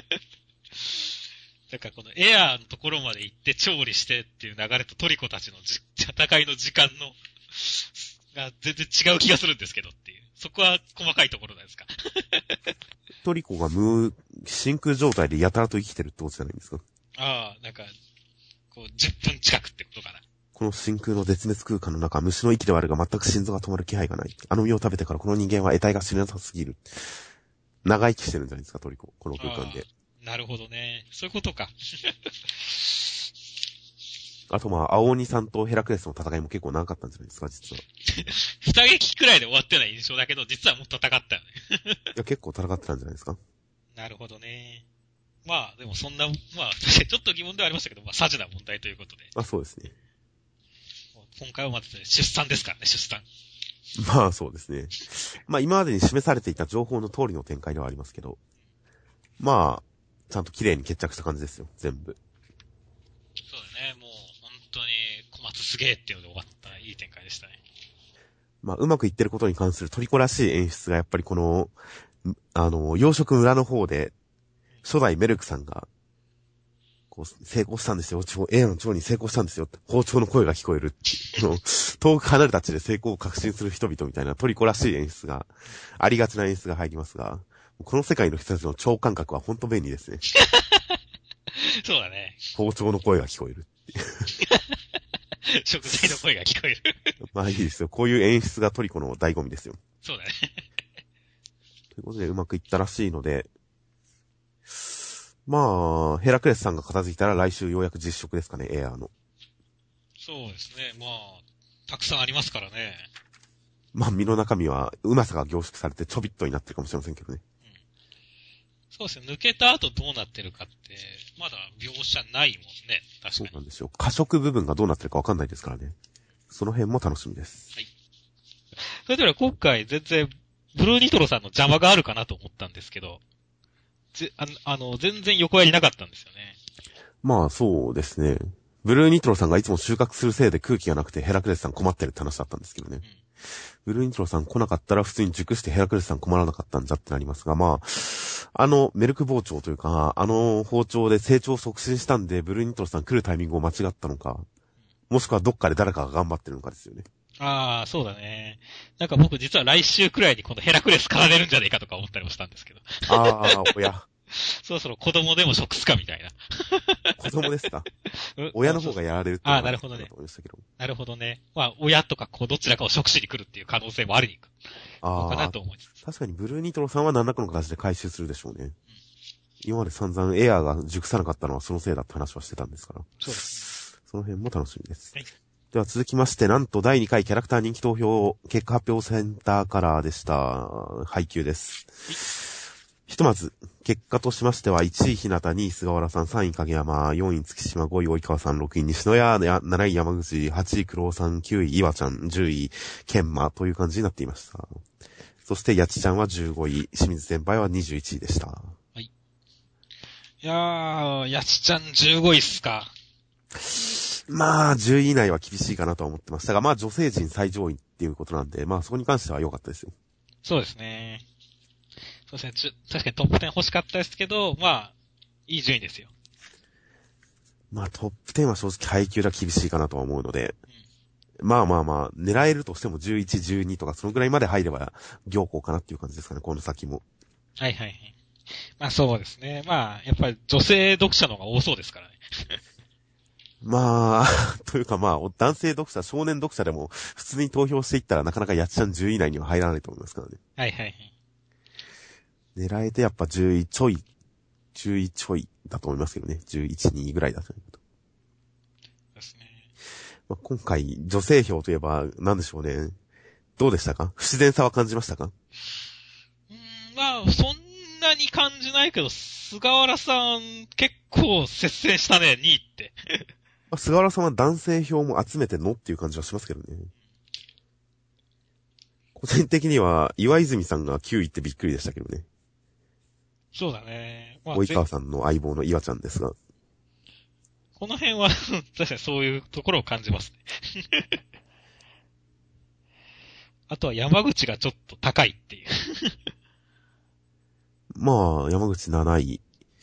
だからこのエアーのところまで行って調理してっていう流れとトリコたちのじ戦いの時間のが全然違う気がするんですけどっていう。そこは細かいところなんですか。 トリコが無、真空状態でやたらと生きてるってことじゃないんですか。 ああ、なんか、こうじゅっぷん近くってことかな。 この真空の絶滅空間の中、虫の息ではあるが全く心臓が止まる気配がない。あの実を食べてからこの人間は得体が知れなさすぎる。長生きしてるんじゃないですか、トリコ。この空間で。 なるほどね。そういうことか。 あとまあ、青鬼さんとヘラクレスの戦いも結構長かったんじゃないですか、実は。 二撃くらいで終わってない印象だけど、実はもう戦ったよね。 いや、結構戦ってたんじゃないですか。 なるほどね。まあ、でもそんな、まあ、確かにちょっと疑問ではありましたけど、まあ、サジな問題ということで。 あ、そうですね。 今回はまず、ね、出産ですからね、出産。 まあ、そうですね。まあ、今までに示されていた情報の通りの展開ではありますけど、まあ、ちゃんと綺麗に決着した感じですよ、全部。 そうだね、もう、本当に、小松すげえっていうので終わったいい展開でしたね。 まあ、うまくいってることに関するトリコらしい演出がやっぱりこの、あの、養殖村の方で、初代メルクさんが、こう、成功したんですよ。エアの蝶に成功したんですよって、包丁の声が聞こえる。この、遠く離れた地で成功を確信する人々みたいなトリコらしい演出が、ありがちな演出が入りますが、この世界の人たちの超感覚は本当便利ですね。 そうだね。 包丁の声が聞こえるっていう。 食材の声が聞こえる。 まあいいですよ。こういう演出がトリコの醍醐味ですよ。 そうだね。 ということでうまくいったらしいので、まあ、ヘラクレスさんが片付いたら来週ようやく実食ですかね、エアーの。 そうですね。まあ、たくさんありますからね。 まあ、身の中身はうまさが凝縮されてちょびっとになってるかもしれませんけどね。 うん、そうですね。抜けた後どうなってるかって、まだ描写ないもんね。確かに。 そうなんですよ。過食部分がどうなってるかわかんないですからね。その辺も楽しみです。 はい。それでは今回全然、ブルーニトロさんの邪魔があるかなと思ったんですけど、ぜああの、全然横やりなかったんですよね。 まあ、そうですね。ブルーニトロさんがいつも収穫するせいで空気がなくてヘラクレスさん困ってるって話だったんですけどね。うん、ブルーニトロさん来なかったら普通に熟してヘラクレスさん困らなかったんじゃってなりますが、まあ、あのメルク包丁というか、あの包丁で成長を促進したんで、ブルーニトロさん来るタイミングを間違ったのか、もしくはどっかで誰かが頑張ってるのかですよね。 ああ、そうだね。なんか僕実は来週くらいにこのヘラクレス買われるんじゃねえかとか思ったりもしたんですけど。 ああ、親。 そろそろ子供でも食すかみたいな。 子供ですか親の方がやられるってああ、なるほどね。なるほどね。まあ、親とか子どちらかを食しに来るっていう可能性もありにくる。ああ。かなと思います。 確かにブルーニトロさんは何らかの形で回収するでしょうね。うん、今まで散々エアーが熟さなかったのはそのせいだって話はしてたんですから。 そうですね。 その辺も楽しみです。 はい。 では続きまして、なんとだいにかいキャラクター人気投票結果発表センターカラーでした。配給です。ひとまず、結果としましては、いちいひなた、にい菅原さん、さんい影山、よんい月島、ごい及川さん、ろくい西野屋、なない山口、はちい黒尾さん、きゅうい岩ちゃん、じゅうい研磨という感じになっていました。そして、やちちゃんはじゅうごい、清水先輩はにじゅういちいでした。はい。いやー、やちちゃんじゅうごいっすか。 まあ、じゅうい以内は厳しいかなとは思ってましたが、まあ、女性陣最上位っていうことなんで、まあ、そこに関しては良かったですよ。 そうですね。そうですね。確かにトップテン欲しかったですけど、まあ、いい順位ですよ。 まあ、トップテンは正直配給が厳しいかなとは思うので、うん、まあまあまあ、狙えるとしてもじゅういち、じゅうにとか、そのぐらいまで入れば、行幸かなっていう感じですかね、この先も。 はいはいはい。まあそうですね。まあ、やっぱり女性読者の方が多そうですからね。 まあ、というかまあ、男性読者、少年読者でも、普通に投票していったらなかなかやっちゃんじゅうい以内には入らないと思いますからね。 はいはいはい。 狙えてやっぱじゅういちょい、じゅういちょいだと思いますけどね。じゅういち、にぐらいだと思うと。 ですね。 まあ、今回、女性票といえば、なんでしょうね。どうでしたか？不自然さは感じましたか？ うーん、まあ、そんなに感じないけど、 菅原さん、結構接戦したね、にいって。 まあ、菅原さんは男性票も集めてのっていう感じはしますけどね。個人的には、岩泉さんがきゅういってびっくりでしたけどね。 そうだね。まあ、 及川さんの相棒の岩ちゃんですが。 この辺は、確かにそういうところを感じますね。あとは山口がちょっと高いっていう。 まあ、山口なない。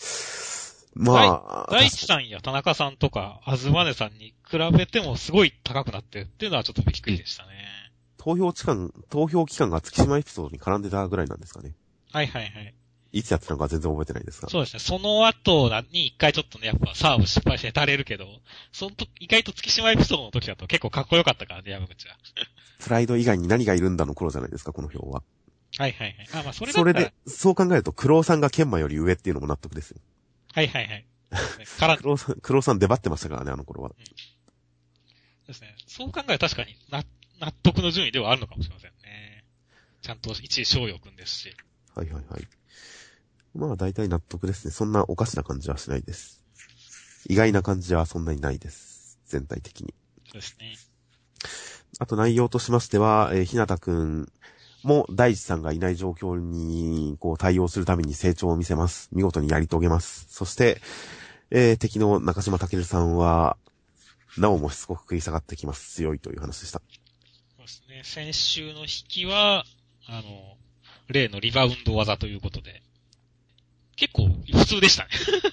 まあ、 大地さんや田中さんとか、あずまねさんに比べてもすごい高くなってるっていうのはちょっとびっくりでしたね。 投票期間、投票期間が月島エピソードに絡んでたぐらいなんですかね。 はいはいはい。 いつやってたのか全然覚えてないですが。 そうですね。その後に一回ちょっとね、やっぱサーブ失敗してたれるけど、そのと、意外と月島エピソードの時だと結構かっこよかったからね、山口は。 プライド以外に何がいるんだの頃じゃないですか、この表は。 はいはいはい。あ、まあそれだったら。 それで、そう考えると、クロウさんが研磨より上っていうのも納得ですよ。 はいはいはい。からクロウさん、クロウさん出張ってましたからね、あの頃は。うん、 ですね。そう考えると確かに納得の順位ではあるのかもしれませんね。ちゃんといちい翔陽くんですし。 はいはいはい。まあ大体納得ですね。そんなおかしな感じはしないです。意外な感じはそんなにないです。全体的に。 そうですね。 あと内容としましては、えー、ひなたくんも大地さんがいない状況にこう対応するために成長を見せます。見事にやり遂げます。そして、えー、敵の中島健さんは、なおもしつこく食い下がってきます。強いという話でした。 そうですね。先週の引きは、あの、例のリバウンド技ということで、結構普通でしたね。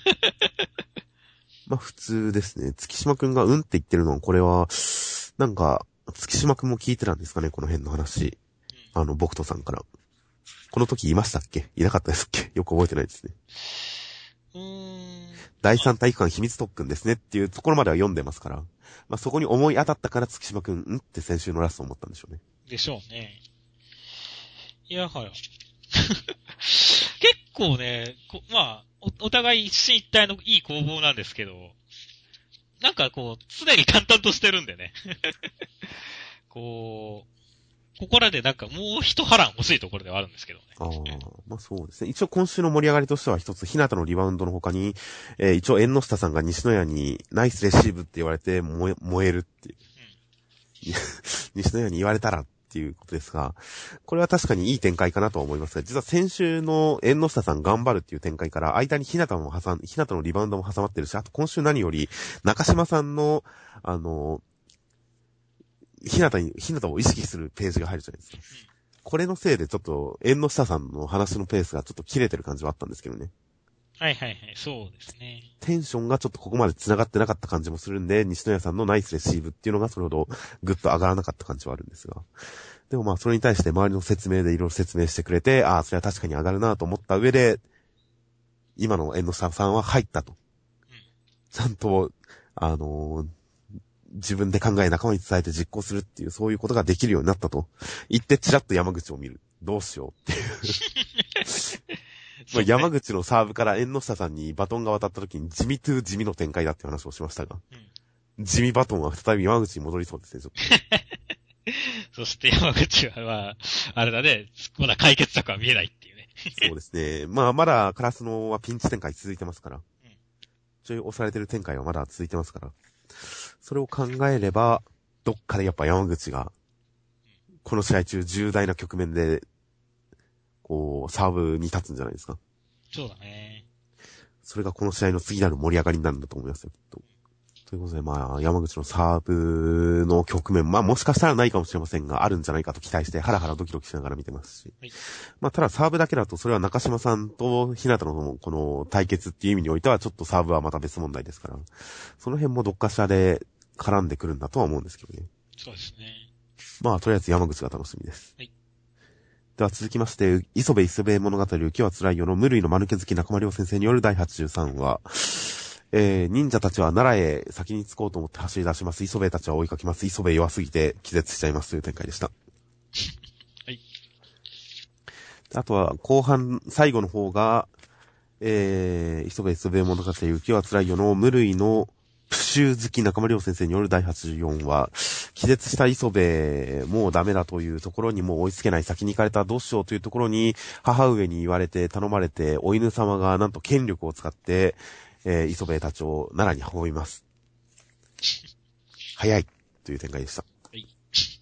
まあ普通ですね。月島くんがうんって言ってるのは、これは、なんか、月島くんも聞いてたんですかね、この辺の話。うん、あの、僕とさんから。この時いましたっけ？いなかったですっけ？よく覚えてないですね。 うーん。 第三体育館秘密特訓ですねっていうところまでは読んでますから。まあそこに思い当たったから月島くん、んって先週のラスト思ったんでしょうね。 でしょうね。いやはや。結構ね、まあお、お互い一進一退のいい攻防なんですけど、なんかこう、常に淡々としてるんでね。こう、ここらでなんかもう一波乱欲しいところではあるんですけどね。 ああ、まあそうですね。一応今週の盛り上がりとしては一つ、日向のリバウンドの他に、えー、一応縁の下さんが西野屋にナイスレシーブって言われて燃え、燃えるっていう。うん、西野屋に言われたらっていうことですが、これは確かにいい展開かなとは思いますが、実は先週の縁の下さん頑張るっていう展開から間に日向も挟ん、日向のリバウンドも挟まってるし、あと今週何より中島さんの、あの、日向に、日向を意識するページが入るじゃないですか。うん、これのせいでちょっと、縁の下さんの話のペースがちょっと切れてる感じはあったんですけどね。 はいはいはい、そうですね。 テンションがちょっとここまで繋がってなかった感じもするんで、西野屋さんのナイスレシーブっていうのがそれほどグッと上がらなかった感じはあるんですが。でもまあそれに対して周りの説明でいろいろ説明してくれて、ああ、それは確かに上がるなと思った上で、今の縁の下さんは入ったと。うん、ちゃんと、あのー、自分で考え仲間に伝えて実行するっていう、そういうことができるようになったと言ってチラッと山口を見る。どうしようっていう。まあ山口のサーブから縁の下さんにバトンが渡った時に地味トゥ地味の展開だっていう話をしましたが、うん、地味バトンは再び山口に戻りそうですね、ちょっと。そして山口は、まあ、あれだね、まだ解決策は見えないっていうね。 そうですね。まあまだカラスノはピンチ展開続いてますから、うん、ちょい押されてる展開はまだ続いてますから、それを考えれば、どっかでやっぱ山口が、この試合中重大な局面で、こう、サーブに立つんじゃないですか。 そうだね。 それがこの試合の次なる盛り上がりになるんだと思いますよ、きっと。ということで、まあ、山口のサーブの局面、まあもしかしたらないかもしれませんが、あるんじゃないかと期待して、ハラハラドキドキしながら見てますし。はい、まあ、ただサーブだけだと、それは中島さんと日向のこの対決っていう意味においては、ちょっとサーブはまた別問題ですから、その辺もどっかしらで絡んでくるんだとは思うんですけどね。 そうですね。 まあ、とりあえず山口が楽しみです。はい。では続きまして、磯部磯部物語浮きは辛いよの無類の間抜け好き中間良先生によるだいはちじゅうさんわ。えー、忍者たちは奈良へ先に着こうと思って走り出します。磯部たちは追いかけます。磯部弱すぎて気絶しちゃいますという展開でした。はい。あとは後半、最後の方が、えー、磯部磯部物語浮きは辛いよの無類のプシュー好き中村亮先生によるだいはちじゅうよんわ、気絶した磯部、もうダメだというところにもう追いつけない、先に行かれたどうしようというところに、母上に言われて頼まれて、お犬様がなんと権力を使って、えー、磯部たちを奈良に運びます。早いという展開でした。はい。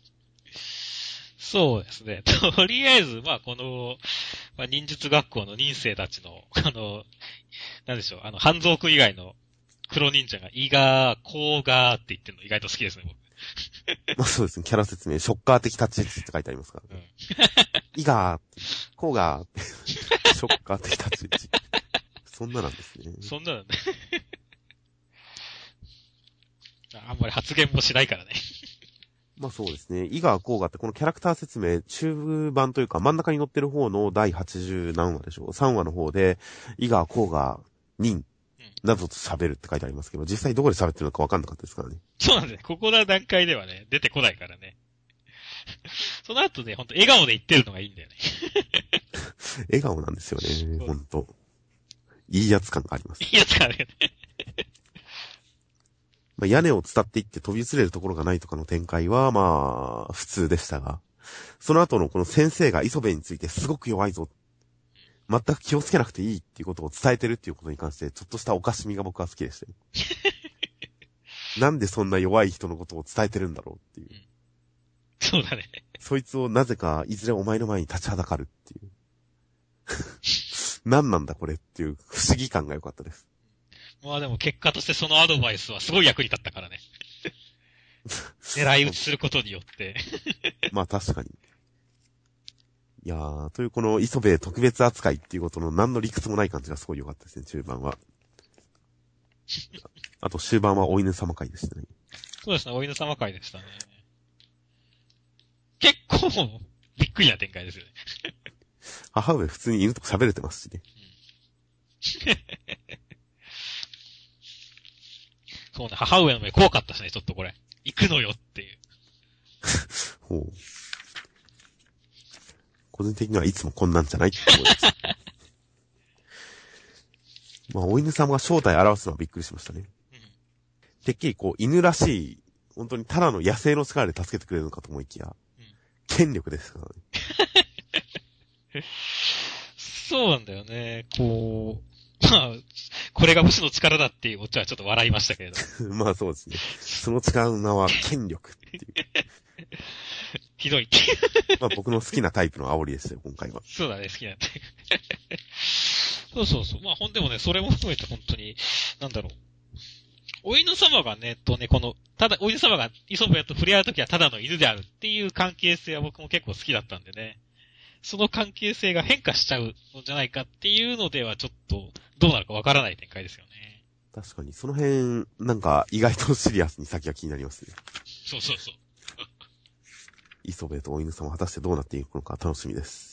そうですね。とりあえず、まあこの、まあ、忍術学校の忍生たちの、あの、なんでしょう、あの、半蔵君以外の黒忍者が、イガー、コーガーって言ってるの意外と好きですね、僕。 まあそうですね、キャラ説明、ショッカー的立ち位置って書いてありますからね。うん、イガー、コーガーって、ショッカー的立ち位置。そんななんですね。 そんななんだ。あんまり発言もしないからね。 まあそうですね。イガー・コーガってこのキャラクター説明、中盤というか真ん中に載ってる方のだいはちじゅう何話でしょう。さんわの方で、イガー・コーガー、ニン、などと喋るって書いてありますけど、実際どこで喋ってるのか分かんなかったですからね。 そうなんですね。ここの段階ではね、出てこないからね。その後ね、ほんと笑顔で言ってるのがいいんだよね。 笑顔なんですよね、ほんと。いいやつ感があります。 いいやつ感あるよね。 まあ、屋根を伝っていって飛び移れるところがないとかの展開は、まあ、普通でしたが、その後のこの先生が磯部についてすごく弱いぞ。全く気をつけなくていいっていうことを伝えてるっていうことに関して、ちょっとしたおかしみが僕は好きでしたよ。なんでそんな弱い人のことを伝えてるんだろうっていう。うん、 そうだね。 そいつをなぜかいずれお前の前に立ちはだかるっていう。何なんだこれっていう不思議感が良かったです。 まあでも結果としてそのアドバイスはすごい役に立ったからね。狙い撃ちすることによって。 まあ確かに。いやー、というこの磯部特別扱いっていうことの何の理屈もない感じがすごい良かったですね、中盤は。あと終盤はお犬様会でしたね。 そうですね、お犬様会でしたね。結構、びっくりな展開ですよね。 母上普通に犬と喋れてますしね。 うんそうね、母上の目怖かったですね、ちょっとこれ。行くのよっていう。 ほう。個人的にはいつもこんなんじゃないって思います。まあ、お犬様が正体を表すのはびっくりしましたね。うん、てっきりこう、犬らしい、本当にただの野生の力で助けてくれるのかと思いきや、うん、権力ですからね。 そうなんだよね。こう、まあ、これが武士の力だっていうオチはちょっと笑いましたけれど。 まあそうですね。その力の名は権力っていう。 ひどいっていう。 まあ僕の好きなタイプの煽りですよ、今回は。 そうだね、好きなタイプ。そうそうそう。まあほんでもね、それも含めて本当に、なんだろう。お犬様がね、とね、この、ただ、お犬様が磯部と触れ合うときはただの犬であるっていう関係性は僕も結構好きだったんでね。その関係性が変化しちゃうのじゃないかっていうのではちょっとどうなるかわからない展開ですよね。 確かに、その辺、なんか意外とシリアスに先が気になりますね。 そうそうそう。 磯部とお犬様果たしてどうなっていくのか楽しみです。